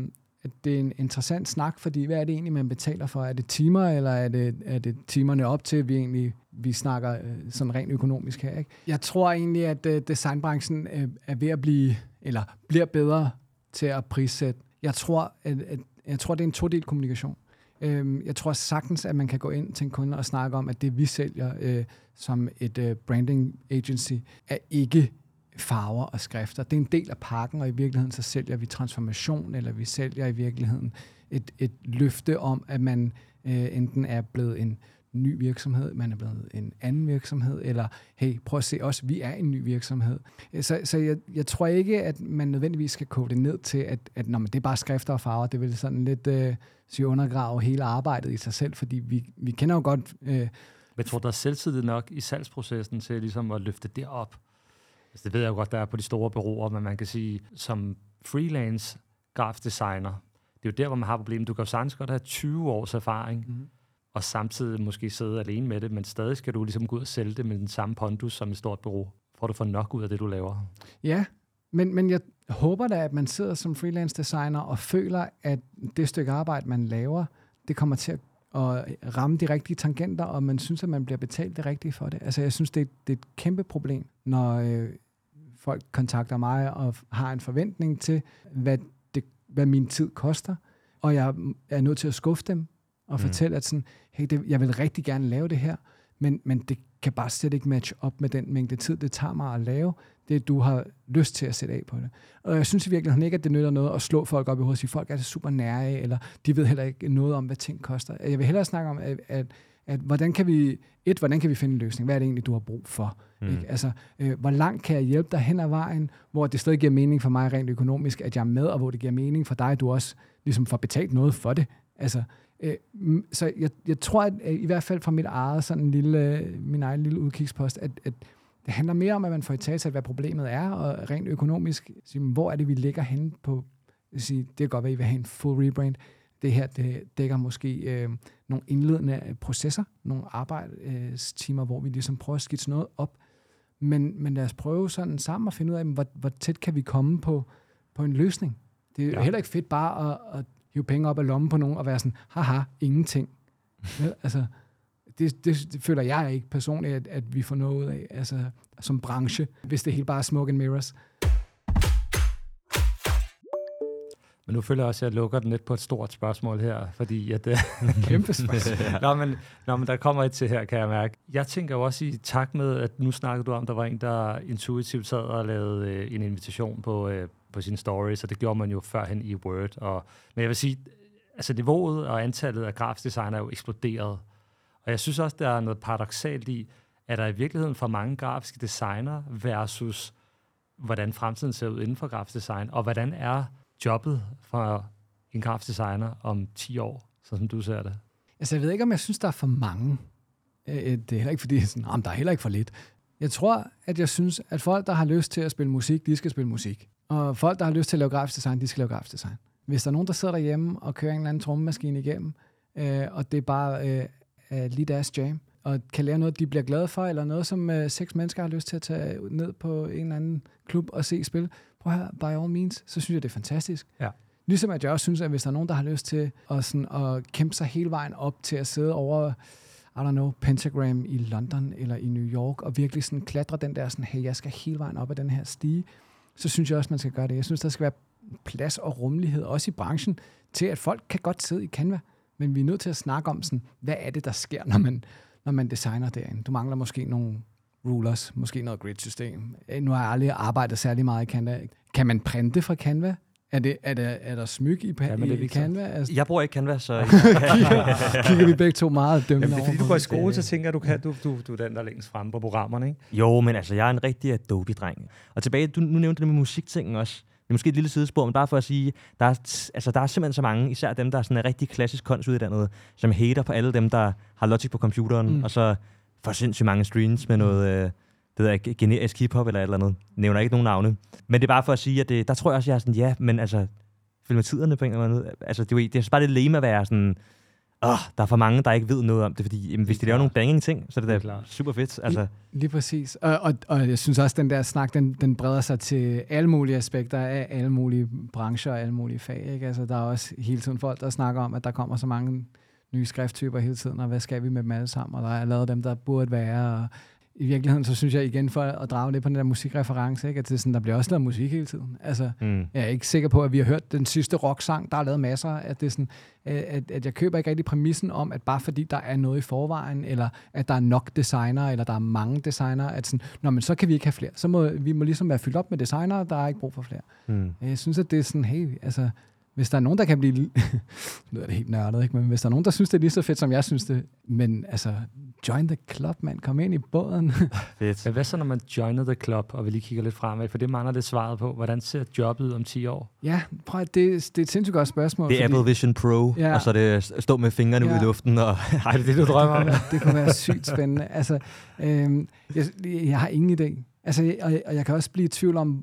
det er en interessant snak, fordi hvad er det egentlig, man betaler for? Er det timer, eller er det timerne op til, vi snakker sådan rent økonomisk her, ikke? Jeg tror egentlig, at designbranchen er ved at bliver bedre til at prissætte. Jeg tror, det er en todelt kommunikation. Jeg tror sagtens, at man kan gå ind til en kunde og snakke om, at det vi sælger som et branding agency er ikke farver og skrifter. Det er en del af pakken, og i virkeligheden så sælger vi transformation, eller vi sælger i virkeligheden et løfte om, at man enten er blevet en ny virksomhed, man er blevet en anden virksomhed, eller hey, prøv at se os, vi er en ny virksomhed. Så jeg tror ikke, at man nødvendigvis skal koge det ned til, at når man, det er bare skrifter og farver, det vil sådan lidt undergrave hele arbejdet i sig selv, fordi vi kender jo godt... Men jeg tror, der er selvtillid nok i salgsprocessen til ligesom at løfte det op. Altså, det ved jeg jo godt, der er på de store bureauer, men man kan sige, som freelance grafisk designer, det er jo der, hvor man har problemet. Du kan jo sagtens godt have 20 års erfaring, og samtidig måske sidde alene med det, men stadig skal du ligesom gå ud og sælge det med den samme pondus som et stort bureau, for at du får nok ud af det, du laver. Ja, men jeg håber da, at man sidder som freelance designer og føler, at det stykke arbejde, man laver, det kommer til at ramme de rigtige tangenter, og man synes, at man bliver betalt det rigtige for det. Altså, jeg synes, det er et kæmpe problem, når folk kontakter mig og har en forventning til, hvad min tid koster, og jeg er nødt til at skuffe dem og fortælle, at sådan, hey, jeg vil rigtig gerne lave det her, men det kan bare slet ikke matche op med den mængde tid, det tager mig at lave det, du har lyst til at sætte af på det. Og jeg synes i virkeligheden ikke, at det nytter noget at slå folk op i hovedet og sige, folk er det super nære af, eller de ved heller ikke noget om, hvad ting koster. Jeg vil hellere snakke om, at hvordan kan vi finde en løsning? Hvad er det egentlig, du har brug for? Ikke? Altså, hvor langt kan jeg hjælpe dig hen ad vejen, hvor det stadig giver mening for mig rent økonomisk, at jeg er med, og hvor det giver mening for dig, at du også ligesom får betalt noget for det. Altså, så jeg tror, at i hvert fald fra min egen lille udkigspost, at det handler mere om, at man får i tale, hvad problemet er, og rent økonomisk, hvor er det, vi ligger henne på, det kan godt være, at I vil have en full rebrand. Det her, det dækker måske nogle indledende processer, nogle arbejdstimer, hvor vi ligesom prøver at skitse noget op, men lad os prøve sådan sammen at finde ud af, hvor tæt kan vi komme på en løsning. Det er heller ikke fedt bare at hive penge op af lommen på nogen og være sådan, haha, ingenting. Altså, det føler jeg ikke personligt, at vi får noget ud af, altså som branche, hvis det hele bare er smoke and mirrors. Men nu føler jeg også, at jeg lukker den lidt på et stort spørgsmål her, fordi at... Kæmpe spørgsmål. Nå, men der kommer et til her, kan jeg mærke. Jeg tænker jo også i takt med, at nu snakkede du om, der var en, der intuitivt sad og lavede en invitation på sine stories, og det gjorde man jo førhen i Word. Men jeg vil sige, altså niveauet og antallet af grafisk designer er jo eksploderet. Og jeg synes også, der er noget paradoksalt i, at der i virkeligheden for mange grafiske designer versus hvordan fremtiden ser ud inden for grafisk design, og hvordan er jobbet for en grafisk designer om 10 år, sådan som du ser det? Altså, jeg ved ikke, om jeg synes, der er for mange. Det er heller ikke, fordi sådan, der er heller ikke for lidt. Jeg tror, at jeg synes, at folk, der har lyst til at spille musik, de skal spille musik. Og folk, der har lyst til at lave grafisk design, de skal lave grafisk design. Hvis der er nogen, der sidder derhjemme og kører en eller anden trommemaskine igennem, og det er bare lige deres jam, og kan lære noget, de bliver glade for, eller noget, som 6 mennesker har lyst til at tage ned på en eller anden klub og se spil. Prøv her, by all means, så synes jeg, det er fantastisk. Ja. Ligesom at jeg også synes, at hvis der er nogen, der har lyst til at kæmpe sig hele vejen op til at sidde over, I don't know, Pentagram i London eller i New York, og virkelig sådan klatre den der sådan, hey, jeg skal hele vejen op ad den her stige, så synes jeg også, man skal gøre det. Jeg synes, der skal være plads og rummelighed, også i branchen, til at folk kan godt sidde i Canva, men vi er nødt til at snakke om sådan, hvad er det, der sker, når man designer derinde. Du mangler måske nogle rulers, måske noget grid-system. Nu har jeg aldrig arbejdet særlig meget i Canva. Kan man printe fra Canva? Er der smyg i Canva? Altså, Jeg bruger ikke Canva, så... kigger vi begge to meget dømmende over. Det er fordi, du går i skole, så tænker du er den, der er længst fremme på programmerne, ikke? Jo, men altså, jeg er en rigtig Adobe-dreng. Og tilbage, nu nævnte det med musiktingen også. Det er måske et lille sidespor, men bare for at sige, der er simpelthen så mange, især dem, der er sådan en rigtig klassisk kunstuddannede, som hater på alle dem, der har Logic på computeren, og så får sindssygt mange streams med noget... det ved jeg, generisk hiphop eller et eller andet. Nævner ikke nogen navne. Men det er bare for at sige, at der tror jeg også, jeg er sådan, ja, men altså, følg med tiderne på en eller anden måde. Altså, det er bare lidt lame at være sådan, der er for mange, der ikke ved noget om det, fordi jamen, hvis de laver nogle banging ting, så er det da super fedt. Altså. Lige præcis. Og jeg synes også, den der snak, den breder sig til alle mulige aspekter af alle mulige brancher og alle mulige fag. Ikke? Altså, der er også hele tiden folk, der snakker om, at der kommer så mange nye skrifttyper hele tiden, og hvad skal vi med dem alle sammen? Og der er lavet dem, der burde være, og i virkeligheden, så synes jeg igen, for at drage lidt på den der musikreference, ikke? At det er sådan, der bliver også lavet musik hele tiden. Altså, jeg er ikke sikker på, at vi har hørt den sidste rocksang, der er lavet masser, at det er sådan, at jeg køber ikke rigtig præmissen om, at bare fordi der er noget i forvejen, eller at der er nok designere, eller der er mange designere, at sådan, men så kan vi ikke have flere. Så må vi ligesom være fyldt op med designere, der er ikke brug for flere. Jeg synes, at det er sådan, hey, altså, hvis der er nogen, der kan blive... nu er det helt nørdet, ikke? Men hvis der er nogen, der synes, det er lige så fedt, som jeg synes det, men altså, join the club, man. Kom ind i båden. Fedt. Men hvad så, når man joiner the club, og vi lige kigger lidt fremad? For det mangler det svaret på. Hvordan ser jobbet ud om 10 år? Ja, prøv at det er et sindssygt godt spørgsmål. Det er Apple Vision Pro, ja. Og så er det stå med fingrene ud i luften. Og ej, det er det, du drømmer om. Det kunne være sygt spændende. Altså, jeg har ingen idé. Altså, og jeg kan også blive i tvivl om,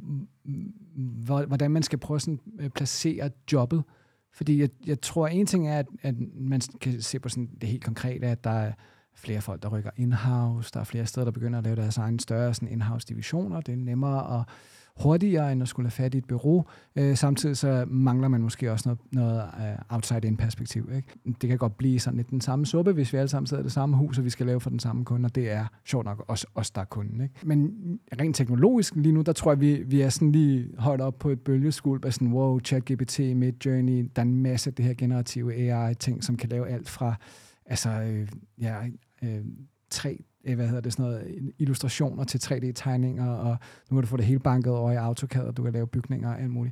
hvordan man skal prøve at placere jobbet. Fordi jeg tror, en ting er, at man kan se på sådan det helt konkrete, at der er flere folk, der rykker in-house. Der er flere steder, der begynder at lave deres egen større in-house-divisioner. Det er nemmere og hurtigere, end at skulle have fat i et bureau. Samtidig så mangler man måske også noget outside-in-perspektiv. Ikke? Det kan godt blive sådan lidt den samme suppe, hvis vi alle sammen sidder i det samme hus, og vi skal lave for den samme kunde, og det er sjovt nok også os, der er kunden. Ikke? Men rent teknologisk lige nu, der tror jeg, vi er sådan lige højt op på et bølgeskulp af sådan, wow, ChatGPT, Midjourney, der er en masse af det her generative AI-ting, som kan lave alt fra illustrationer til 3D-tegninger, og nu kan du få det hele banket over i AutoCAD, og du kan lave bygninger og alt muligt.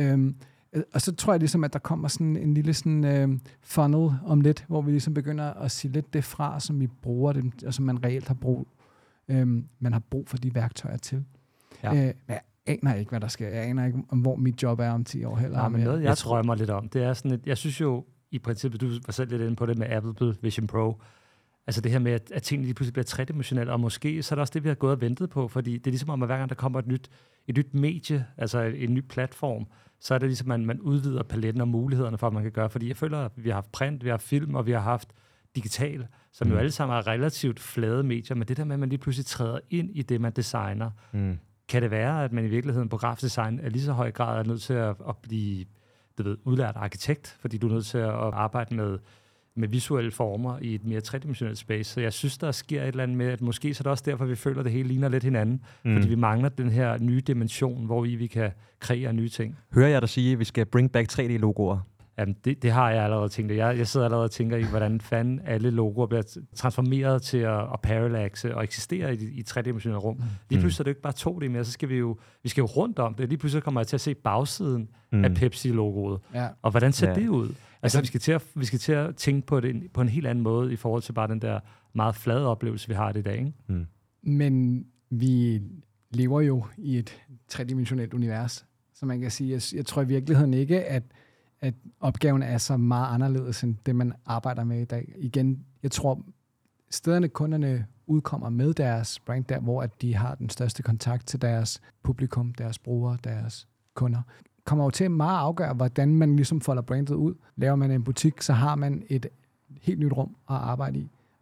Og så tror jeg ligesom, at der kommer sådan en lille sådan, funnel om lidt, hvor vi ligesom begynder at sige lidt det fra, som vi bruger dem, og som man reelt har brug. Man har brug for de værktøjer til. Ja. Men jeg aner ikke, hvad der sker. Jeg aner ikke, hvor mit job er om 10 år heller. Nej, men noget, jeg drømmer lidt om, det er sådan et, jeg synes jo, i princippet, du var selv lidt inde på det med Apple Vision Pro, altså det her med, at tingene lige pludselig bliver tredimensionelle, og måske så er det også det, vi har gået og ventet på, fordi det er ligesom om, at hver gang der kommer et nyt medie, altså en ny platform, så er det ligesom, at man udvider paletten og mulighederne for, at man kan gøre, fordi jeg føler, at vi har haft print, vi har film, og vi har haft digital, som jo alle sammen er relativt flade medier, men det der med, at man lige pludselig træder ind i det, man designer, kan det være, at man i virkeligheden på grafisk design er lige så høj grad er nødt til at blive udlært arkitekt, fordi du er nødt til at arbejde med visuelle former i et mere tredimensionelt space. Så jeg synes, der sker et eller andet med, at måske så er det også derfor, vi føler, at det hele ligner lidt hinanden. Fordi vi mangler den her nye dimension, hvor vi kan kreere nye ting. Hører jeg dig sige, at vi skal bring back 3D-logoer? Jamen, det har jeg allerede tænkt. Jeg sidder allerede og tænker i, hvordan fanden alle logoer bliver transformeret til at parallaxe og eksistere i et tredimensionelt rum. Lige pludselig er det ikke bare 2D mere, så skal vi skal jo rundt om det. Lige pludselig kommer jeg til at se bagsiden af Pepsi-logoet. Ja. Og hvordan ser det ud? Altså, vi skal til at tænke på det på en helt anden måde i forhold til bare den der meget flade oplevelse, vi har det i dag. Ikke? Men vi lever jo i et tredimensionelt univers, så man kan sige, jeg tror i virkeligheden ikke, at opgaven er så meget anderledes end det, man arbejder med i dag. Igen, jeg tror, stederne kunderne udkommer med deres brand der, hvor at de har den største kontakt til deres publikum, deres brugere, deres kunder, kommer jo til at meget afgøre, hvordan man ligesom folder brandet ud. Laver man en butik, så har man et helt nyt rum at arbejde i.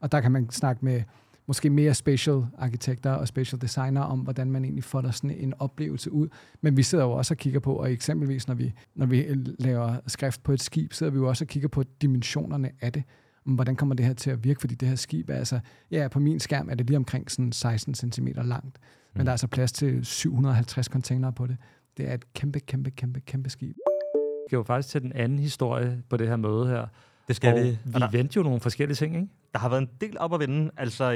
Og der kan man snakke med måske mere spatial arkitekter og spatial designer om, hvordan man egentlig får der sådan en oplevelse ud. Men vi sidder jo også og kigger på, og eksempelvis når vi laver skrift på et skib, sidder vi jo også og kigger på dimensionerne af det. Hvordan kommer det her til at virke? Fordi det her skib er altså, på min skærm er det lige omkring sådan 16 cm langt. Men der er altså plads til 750 containere på det. Det er et kæmpe skib. Vi skal jo faktisk til den anden historie på det her møde her. Det skal og vi. Vi vendte jo nogle forskellige ting, ikke? Der har været en del op at vende. Altså,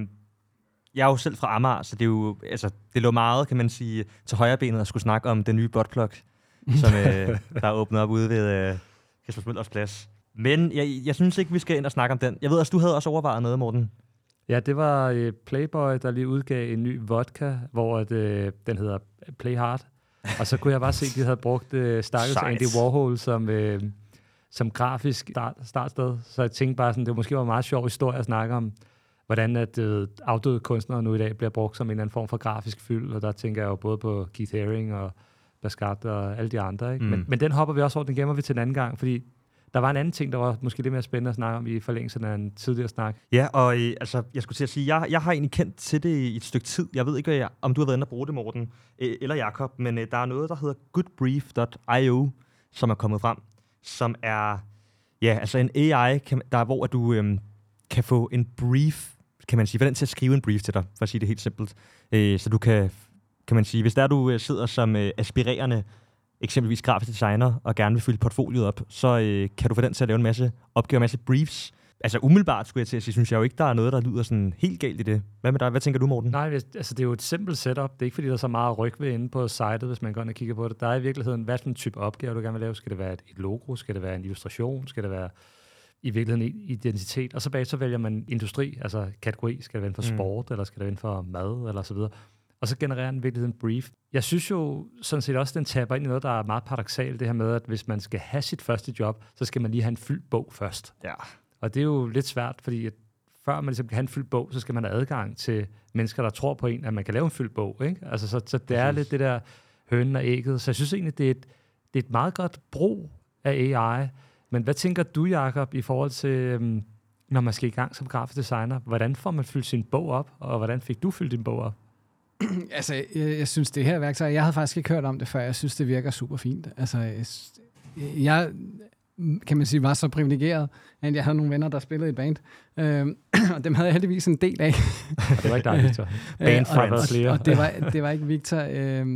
jeg er jo selv fra Amager, så det er jo, altså, det lå meget, kan man sige, til højrebenet at skulle snakke om den nye botplug, som der er åbnet op ude ved Christmas Møllers Plads. Men jeg synes ikke, vi skal ind og snakke om den. Jeg ved også, du havde også overvejet noget, Morten. Ja, det var Playboy, der lige udgav en ny vodka, hvor den hedder Play Hard. Og så kunne jeg bare se, at de havde brugt stakkels Andy Warhol som grafisk startsted. Så jeg tænkte bare, sådan, det måske var en meget sjov historie at snakke om, hvordan at afdøde kunstnere nu i dag bliver brugt som en eller anden form for grafisk fyld. Og der tænker jeg jo både på Keith Haring og Basquiat og alle de andre. Ikke? Men den hopper vi også over, den gemmer vi til en anden gang, fordi der var en anden ting, der var måske lidt mere spændende at snakke om i forlængelsen af en tidligere snak. Ja, og altså, jeg skulle til at sige, jeg har egentlig kendt til det i et stykke tid. Jeg ved ikke, om du har været inde og bruge det, Morten, eller Jakob, men der er noget, der hedder goodbrief.io, som er kommet frem, som er altså en AI, hvor du kan få en brief, kan man sige, for den til at skrive en brief til dig, for at sige det helt simpelt. Så du kan man sige, hvis der du sidder som aspirerende eksempelvis grafisk designer, og gerne vil fylde portfoliet op, så kan du få den til at lave en masse opgaver, en masse briefs. Altså umiddelbart, skulle jeg til at sige, synes jeg jo ikke, der er noget, der lyder sådan helt galt i det. Hvad med dig? Hvad tænker du, Morten? Nej, altså det er jo et simpelt setup. Det er ikke, fordi der er så meget ryg ved inde på sitet, hvis man går ind og kigger på det. Der er i virkeligheden, hvad for en type opgave, du gerne vil lave. Skal det være et logo? Skal det være en illustration? Skal det være i virkeligheden identitet? Og så vælger man industri, altså kategori. Skal det være inden for sport, eller skal det være inden for mad, eller så videre. Og så genererer den virkelig en brief. Jeg synes jo sådan set også, den taber ind i noget, der er meget paradoksalt, det her med, at hvis man skal have sit første job, så skal man lige have en fyldt bog først. Ja. Og det er jo lidt svært, fordi at før man ligesom kan have en fyldt bog, så skal man have adgang til mennesker, der tror på en, at man kan lave en fyldt bog. Ikke? Altså, så det er lidt det der hønen og ægget. Så jeg synes egentlig, det er et meget godt brug af AI. Men hvad tænker du, Jakob, i forhold til, når man skal i gang som grafisk designer? Hvordan får man fyldt sin bog op, og hvordan fik du fyldt din bog op? Altså, jeg synes, det her værktøj, jeg havde faktisk ikke hørt om det før, jeg synes, det virker super fint. Altså, jeg kan man sige, var så privilegeret, at jeg havde nogle venner, der spillede i band, og dem havde jeg heldigvis en del af. Det var ikke dig, Victor. Og det var ikke Victor.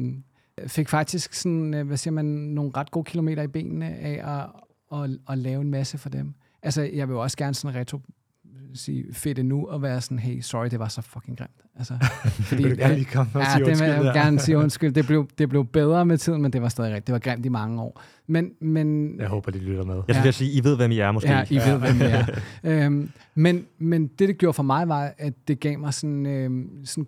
Fik faktisk sådan, hvad siger man, nogle ret gode kilometer i benene af at lave en masse for dem. Altså, jeg vil jo også gerne sådan sige fedt endnu og være sådan, hey, sorry, det var så fucking grimt. Altså, fordi, det vil jeg lige komme og sige undskyld. Jeg vil gerne sige undskyld. Det blev bedre med tiden, men det var stadig rigtigt. Det var grimt i mange år. Men jeg håber, de lytter med. Jeg skulle sige, I ved, hvem I er, måske. Ja, I ved, hvem I er. Men det gjorde for mig, var, at det gav mig sådan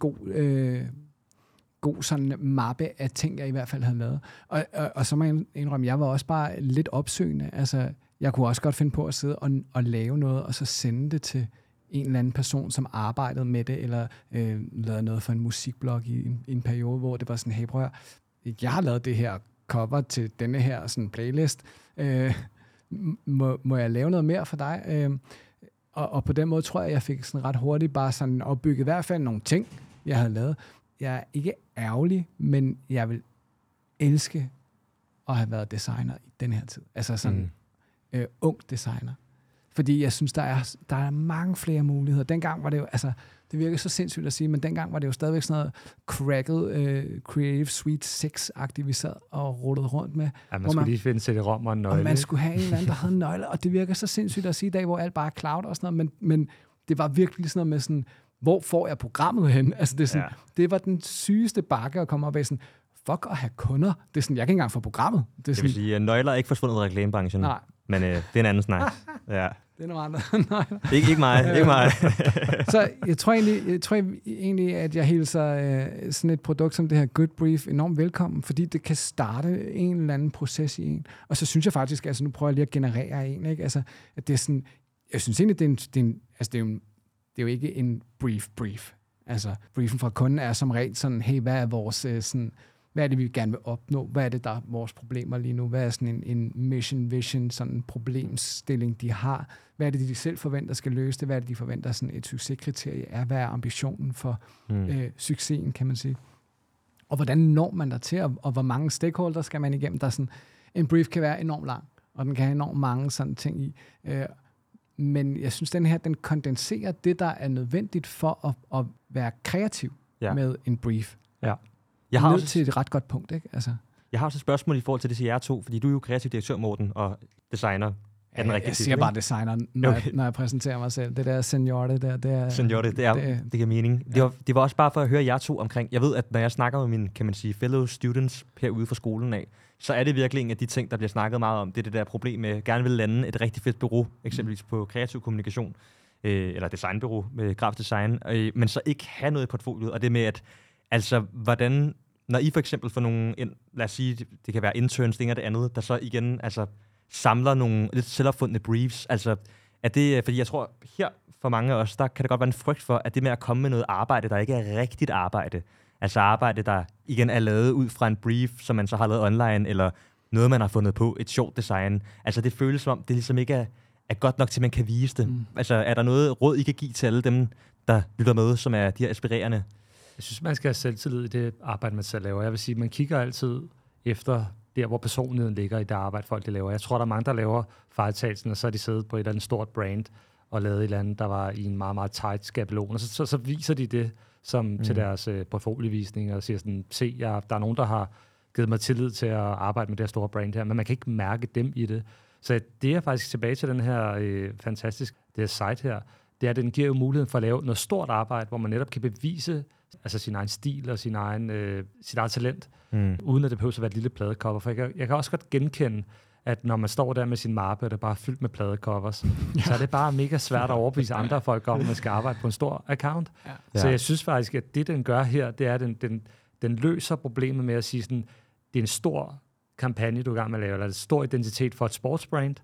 god sådan mappe af ting, jeg i hvert fald havde lavet. Og så må jeg indrømme, jeg var også bare lidt opsøgende. Altså, jeg kunne også godt finde på at sidde og lave noget, og så sende det til en eller anden person, som arbejdede med det, eller lavede noget for en musikblog i en periode, hvor det var sådan, hey, prøv at, jeg har lavet det her cover til denne her sådan playlist. Må jeg lave noget mere for dig? Og på den måde tror jeg fik sådan ret hurtigt bare sådan opbygget i hvert fald nogle ting, jeg havde lavet. Jeg er ikke ærgerlig, men jeg vil elske at have været designer i den her tid. Altså sådan ung designer. Fordi jeg synes, der er mange flere muligheder. Dengang var det jo, altså, det virker så sindssygt at sige, men dengang var det jo stadigvæk sådan noget cracket Creative Suite 6-agtigt, vi sad og rullede rundt med. Ja, man skulle lige finde CD-ROM og en nøgle. Og man skulle have en eller anden, der havde nøgle, og det virker så sindssygt at sige i dag, hvor alt bare er cloud og sådan noget, men det var virkelig sådan noget med sådan, hvor får jeg programmet hen? Altså det er sådan, det var den sygeste bakke at komme op af sådan, fuck at have kunder. Det er sådan, jeg kan ikke engang få programmet. Det er sådan, vil sige, at nøgler er ikke forsvundet ud af reklamebranchen. Nej. Men det er en anden snak. Ja. Det er nogle andre nøgler. Ikke mig. Så jeg tror egentlig, at jeg hilser sådan et produkt som det her Good Brief enormt velkommen, fordi det kan starte en eller anden proces i en. Og så synes jeg faktisk, altså nu prøver jeg lige at generere en, ikke? Altså, at det er sådan, jeg synes egentlig, det er jo ikke en brief. Altså, briefen fra kunden er som regel sådan, hey, hvad er vores sådan hvad er det, vi gerne vil opnå? Hvad er det, der er vores problemer lige nu? Hvad er sådan en mission, vision, sådan en problemstilling, de har? Hvad er det, de selv forventer skal løse det? Hvad er det, de forventer sådan et succeskriterie er? Hvad er ambitionen for succesen, kan man sige? Og hvordan når man der til, og hvor mange stakeholders skal man igennem? Der er sådan, en brief kan være enormt lang, og den kan have enormt mange sådan ting i. Men jeg synes, den her, den kondenserer det, der er nødvendigt for at være kreativ med en brief. Ja. Jeg har ned også til et ret godt punkt, ikke? Altså. Jeg har også et spørgsmål i forhold til det til jer to, fordi du er jo kreativ direktør, Morten, og designer. Er den rigtige jeg siger bare designer, når jeg præsenterer mig selv. Det der seniority der, det er... Seniority, det giver mening. Ja. Det var også bare for at høre jer to omkring. Jeg ved, at når jeg snakker med mine, kan man sige, fellow students herude fra skolen af, så er det virkelig en af de ting, der bliver snakket meget om. Det er det der problem med, gerne vil lande et rigtig fedt bureau, eksempelvis på kreativ kommunikation, eller designbureau med grafisk design, men så ikke have noget i portfoliet. Og det med, at altså, hvordan... Når I for eksempel får nogle, lad os sige, det kan være interns, det ene og det andet, der så igen altså, samler nogle lidt selvopfundne briefs. Altså, er det, fordi jeg tror, her for mange af os, der kan det godt være en frygt for, at det med at komme med noget arbejde, der ikke er rigtigt arbejde, altså arbejde, der igen er lavet ud fra en brief, som man så har lavet online, eller noget, man har fundet på, et sjovt design. Altså, det føles som om, det ligesom ikke er godt nok til, man kan vise det. Altså, er der noget råd, I kan give til alle dem, der lytter med, som er de her aspirerende? Jeg synes, man skal have selvtillid i det arbejde, man selv laver. Jeg vil sige, man kigger altid efter der, hvor personligheden ligger i det arbejde, folk de laver. Jeg tror, der er mange, der laver fejltagelsen, og så er de siddet på et eller andet stort brand og lavet et eller andet, der var i en meget, meget tight skabelon. Og så viser de det som til deres portfolievisning og siger sådan, se, der er nogen, der har givet mig tillid til at arbejde med det her store brand her, men man kan ikke mærke dem i det. Så det er faktisk tilbage til den her fantastiske det her site her, det er, at den giver jo muligheden for at lave noget stort arbejde, hvor man netop kan bevise altså sin egen stil og sit eget talent, uden at det behøver at være et lille pladecover. For jeg kan også godt genkende, at når man står der med sin mappe, og det er bare fyldt med pladecovers, så er det bare mega svært at overbevise andre folk om, at man skal arbejde på en stor account. Ja. Så jeg synes faktisk, at det, den gør her, det er, at den løser problemet med at sige sådan, det er en stor kampagne, du er i gang med at lave, eller en stor identitet for et sportsbrand,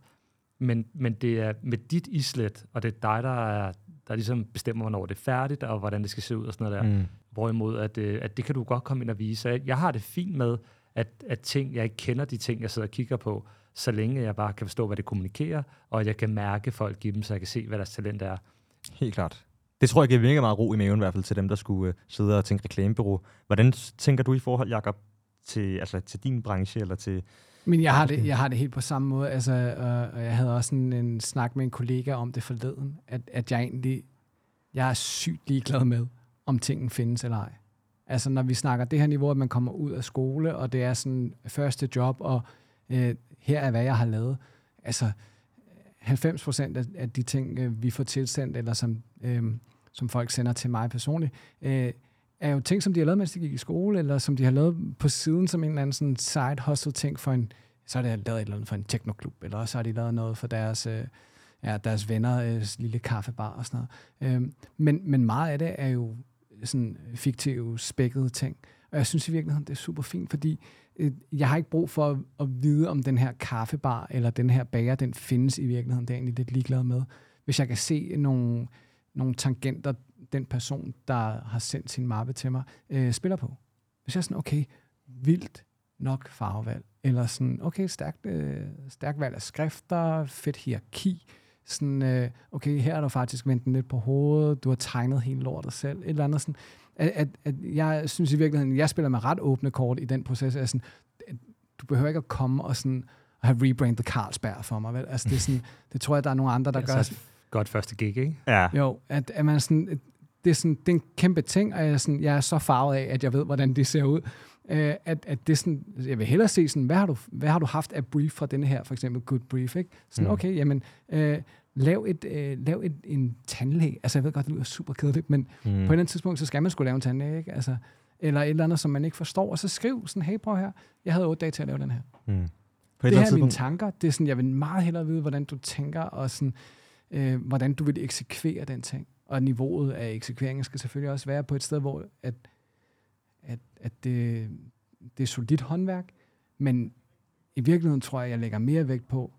men det er med dit islet, og det er dig, der ligesom bestemmer, hvornår det er færdigt, og hvordan det skal se ud og sådan noget der. Hvorimod, at det kan du godt komme ind og vise. Jeg har det fint med, at ting, jeg ikke kender de ting, jeg sidder og kigger på, så længe jeg bare kan forstå, hvad det kommunikerer, og at jeg kan mærke folk give dem, så jeg kan se, hvad deres talent er. Helt klart. Det tror jeg giver virkelig meget ro i maven, i hvert fald til dem, der skulle sidde og tænke reklamebureau. Hvordan tænker du i forhold, Jakob, til din branche, eller til... Men jeg har det helt på samme måde, altså, og jeg havde også en snak med en kollega om det forleden, at jeg er sygt ligeglad med, om tingen findes eller ej. Altså når vi snakker det her niveau, at man kommer ud af skole, og det er sådan første job, og her er, hvad jeg har lavet. Altså 90% af de ting, vi får tilsendt, eller som folk sender til mig personligt, er jo ting, som de har lavet, mens de gik i skole, eller som de har lavet på siden, som en eller anden sådan side hustle ting for så har de lavet et eller andet for en teknoklub, eller så har de lavet noget for deres venner, lille kaffebar og sådan noget. Men meget af det er jo sådan fiktive, spækkede ting. Og jeg synes i virkeligheden, det er super fint, fordi jeg har ikke brug for at vide, om den her kaffebar eller den her bager, den findes i virkeligheden. Det er jeg egentlig lidt ligeglad med. Hvis jeg kan se nogle tangenter, den person, der har sendt sin mappe til mig, spiller på. Hvis jeg er sådan, okay, vildt nok farvevalg, eller sådan, okay, stærkt valg af skrifter, fedt hierarki, sådan, okay, her er du faktisk vendt den lidt på hovedet, du har tegnet hele lortet selv, et eller andet sådan, at jeg synes i virkeligheden, jeg spiller med ret åbne kort i den proces, at sådan, du behøver ikke at komme og sådan, at have rebrandet Carlsberg for mig, vel? Altså, det er sådan, det tror jeg, der er nogle andre, der gør. Så godt første gig, ikke? Ja. Jo, at man sådan, det er en kæmpe ting, og jeg er så farvet af, at jeg ved, hvordan det ser ud. At det er sådan, jeg vil hellere se sådan, hvad har du haft af brief fra denne her, for eksempel Good Brief, ikke? Sådan, okay, jamen, lav en tandlæge. Altså, jeg ved godt, det lyder super kedeligt, men på et eller andet tidspunkt, så skal man sgu lave en tandlæge, ikke? Altså, eller et eller andet, som man ikke forstår, og så skriv sådan, hey, prøv her, jeg havde 8 dage til at lave den her. Det her er mine tanker. Det er sådan, jeg vil meget hellere vide, hvordan du tænker, og sådan, hvordan du vil eksekvere den ting. Og niveauet af eksekveringen skal selvfølgelig også være på et sted, hvor at det er solidt håndværk, men i virkeligheden tror jeg lægger mere vægt på,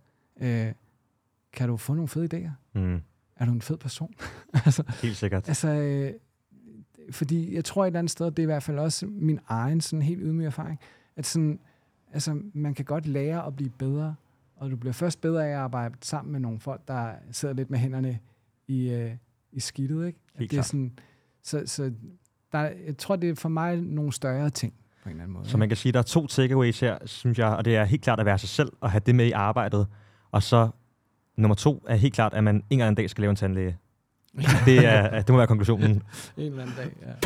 kan du få nogle fede idéer? Er du en fed person? Helt sikkert. Altså, fordi jeg tror et eller andet sted, det er i hvert fald også min egen sådan helt ydmyg erfaring, at sådan, altså, man kan godt lære at blive bedre, og du bliver først bedre af at arbejde sammen med nogle folk, der sidder lidt med hænderne i skidtet, ikke? Helt det er sådan, så jeg tror, det er for mig nogle større ting på en eller anden måde. Så man kan sige, at der er 2 takeaways her, synes jeg, og det er helt klart at være sig selv og have det med i arbejdet. Og så nummer 2 er helt klart, at man en eller anden dag skal lave en tandlæge. Det må være konklusionen. En eller anden dag, ja.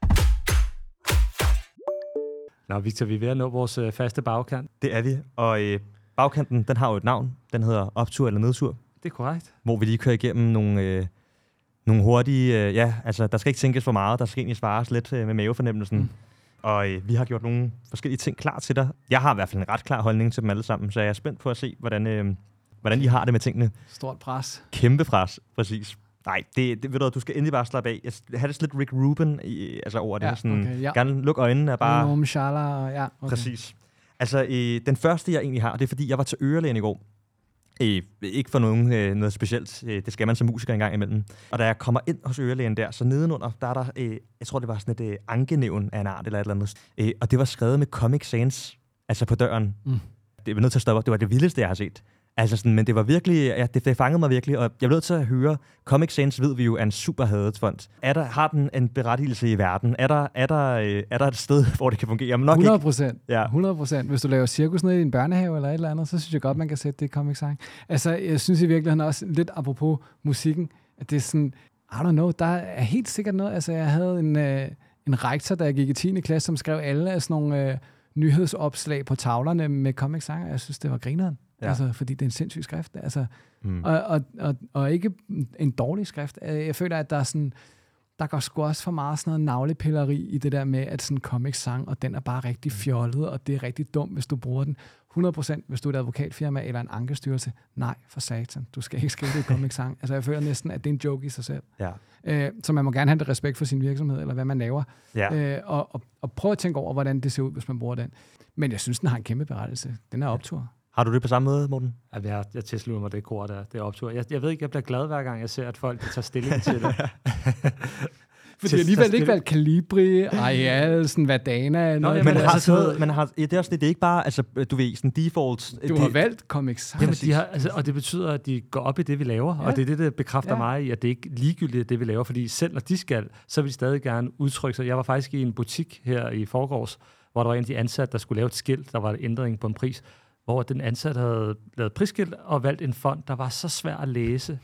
Nå, Victor, vi er ved at nå vores faste bagkant. Det er vi, og bagkanten, den har jo et navn. Den hedder optur eller nedtur. Det er korrekt. Hvor vi lige kører igennem nogle hurtige... altså, der skal ikke tænkes for meget. Der skal egentlig svares lidt med mavefornemmelsen. Og vi har gjort nogle forskellige ting klar til dig. Jeg har i hvert fald en ret klar holdning til dem alle sammen, så jeg er spændt på at se, hvordan I har det med tingene. Stort pres. Kæmpe pres, præcis. Nej, det ved du endelig bare slappe af. Jeg har det lidt Rick Rubin over det. Sådan, okay, ja. Gerne luk øjnene og bare... Ja, okay. Præcis. Altså, den første, jeg egentlig har, det er, fordi jeg var til ørelægen i går. Ikke for noget specielt. Det skal man som musiker engang imellem. Og da jeg kommer ind hos ørelægen der, så nedenunder, der er der, jeg tror, det var sådan et ankenævn af en art eller et eller andet. Og det var skrevet med Comic Sans, altså på døren. Det var nødt til at stoppe. Det var det vildeste, jeg har set. Altså sådan, men det var virkelig, det fangede mig virkelig, og jeg blev nødt til at høre, Comic Sans ved vi jo er en super hadet fond. Har den en berettigelse i verden? Er der et sted, hvor det kan fungere? Men nok 100%. Ikke. Ja. 100%. Hvis du laver cirkus nede i en børnehave eller et eller andet, så synes jeg godt, man kan sætte det i Comic Sans. Altså, jeg synes i virkeligheden også, lidt apropos musikken, at det er sådan, I don't know, der er helt sikkert noget. Altså, jeg havde en rektor, da jeg gik i 10. klasse, som skrev alle af sådan nogle nyhedsopslag på tavlerne med Comic Sans, og jeg synes, det var grineren. Ja. Altså, fordi det er en sindssyg skrift. Altså, og ikke en dårlig skrift. Jeg føler, at der går sgu også for meget sådan noget navlepilleri i det der med, at sådan Comic Sans, og den er bare rigtig fjollet, og det er rigtig dumt, hvis du bruger den. 100% hvis du er et advokatfirma eller en ankestyrelse. Nej, for satan. Du skal ikke skrive det i Comic Sans. Altså, jeg føler næsten, at det er en joke i sig selv. Ja. Så man må gerne have det respekt for sin virksomhed, eller hvad man laver. Ja. Og prøve at tænke over, hvordan det ser ud, hvis man bruger den. Men jeg synes, den har en kæmpe berettelse. Den er optur. Har du det på samme måde, Morten? Jeg tilslutter mig det kor der. Det er optur. Jeg ved ikke, jeg bliver glad hver gang, jeg ser, at folk tager stilling til det. Fordi alligevel ikke valgt Calibri, Arial, sådan Verdana. Det er ikke bare, altså, du ved, sådan default. Du har valgt Comic Sans. Jamen, de har, altså, og det betyder, at de går op i det, vi laver. Ja. Og det er det, der bekræfter mig i, at det ikke er ligegyldigt, det vi laver. Fordi selv når de skal, så vil de stadig gerne udtrykke sig. Jeg var faktisk i en butik her i forgårs, hvor der var en af de ansatte, der skulle lave et skilt. Der var en ændring på en pris, hvor den ansatte havde lavet prisskilt og valgt en font, der var så svær at læse.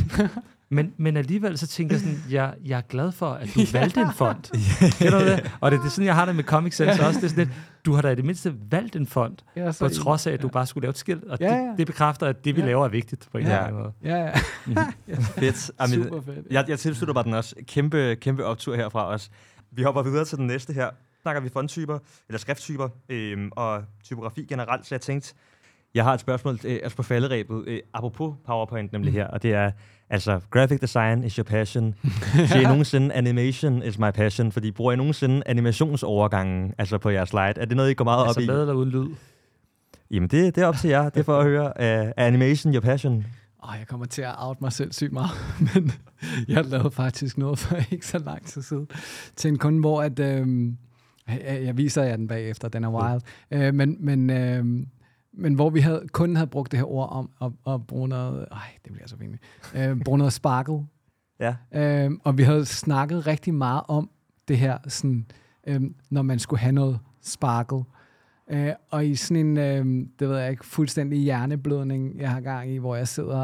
Men alligevel så tænker jeg sådan, jeg er glad for, at du valgte en font. Kender du det? Og det er sådan, jeg har det med Comic Sans også. Det er sådan lidt, du har da i det mindste valgt en font, på trods af, at du bare skulle lave et skilt. Og det bekræfter, at det, vi laver, er vigtigt på en eller anden måde. Ja. Fedt. Super fedt. Jeg tilslutter bare den også. Kæmpe optur herfra også. Vi hopper videre til den næste her. Snakker vi fonttyper, eller skrifttyper, og typografi generelt, så jeg tænkte, jeg har et spørgsmål på falderæbet, apropos PowerPoint nemlig her, og det er, altså, graphic design is your passion. Siger I nogensinde, animation is my passion, fordi bruger I nogensinde animationsovergangen, altså på jeres slide? Er det noget, I går meget op i? Altså med eller uden lyd? Jamen, det er op til jer. Det er for at høre, er animation your passion? Jeg kommer til at out mig selv sygt meget, men jeg lavede faktisk noget for ikke så lang tid siden til en kunde, hvor at... jeg viser jer den bagefter, den er wild. Men hvor kunden havde brugt det her ord om at bruge noget... det bliver så pinligt. Bruge noget sparkle. Ja. Og vi havde snakket rigtig meget om det her, sådan, når man skulle have noget sparkle. Og i sådan en, det ved jeg ikke, fuldstændig hjerneblødning, jeg har gang i, hvor jeg sidder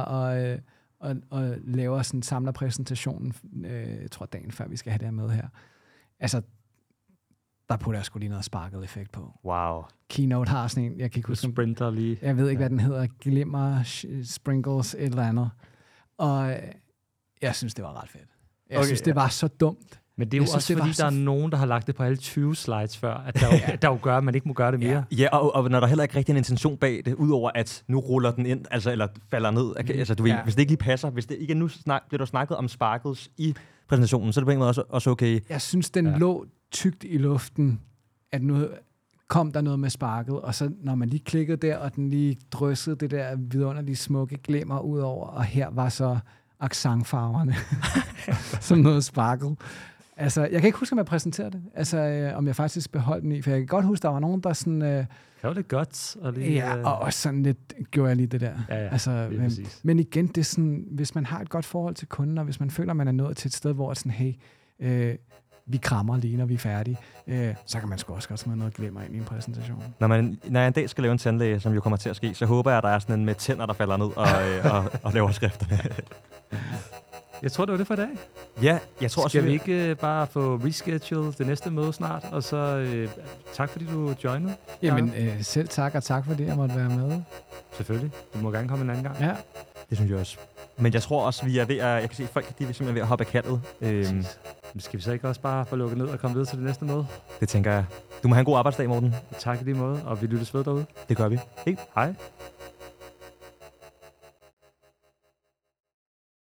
og laver sådan en samlerpræsentation, jeg tror dagen før vi skal have det her med her. Altså, der putter jeg sgu lige noget sparkle-effekt på. Wow. Keynote har sådan en, jeg kan ikke huske... Sprinter lige. Jeg ved ikke, hvad den hedder. Glimmer, sprinkles, et eller andet. Og jeg synes, det var ret fedt. Jeg synes, det var så dumt. Men det er jo også fordi, der er nogen, der har lagt det på alle 20 slides før, at der jo gør, at man ikke må gøre det mere. Ja, og når der heller ikke rigtig en intention bag det, udover at nu ruller den ind, altså, eller falder ned. Altså, du ved, hvis det ikke lige passer, hvis det ikke nu bliver der snakket om sparkles i præsentationen, så er det på en måde også okay. Jeg synes, den lå tykt i luften, at nu kom der noget med sparkle, og så når man lige klikkede der, og den lige dryssede det der vidunderlige smukke glimmer ud over, og her var så accentfarverne som noget sparkle. Altså, jeg kan ikke huske, om jeg præsenterede det. Altså, om jeg faktisk beholdt den i. For jeg kan godt huske, der var nogen, der sådan... Det var lidt godt. Og lige, ja, og også sådan lidt gjorde jeg lige det der. Ja, altså, men igen, det er sådan, hvis man har et godt forhold til kunden, og hvis man føler, man er nået til et sted, hvor det sådan, hey, vi krammer lige, når vi er færdige, så kan man sgu også godt smide noget glimmer ind i en præsentation. Når jeg en dag skal lave en tandlæge, som jo kommer til at ske, så håber jeg, at der er sådan en med tænder, der falder ned og laver skrifterne. Jeg tror, det var det for i dag. Ja, jeg tror også... Skal vi ikke bare få rescheduled det næste møde snart? Og så tak, fordi du joinede. Jamen, selv tak, og tak fordi jeg måtte være med. Selvfølgelig. Du må gerne komme en anden gang. Ja. Det synes jeg også. Men jeg tror også, vi er ved at... Jeg kan se, at folk de er simpelthen ved at hoppe af kaldet. Skal vi så ikke også bare få lukket ned og komme videre til det næste møde? Det tænker jeg. Du må have en god arbejdsdag, Morten. Tak i lige måde, og vi lyttes ved derude. Det gør vi. Hej.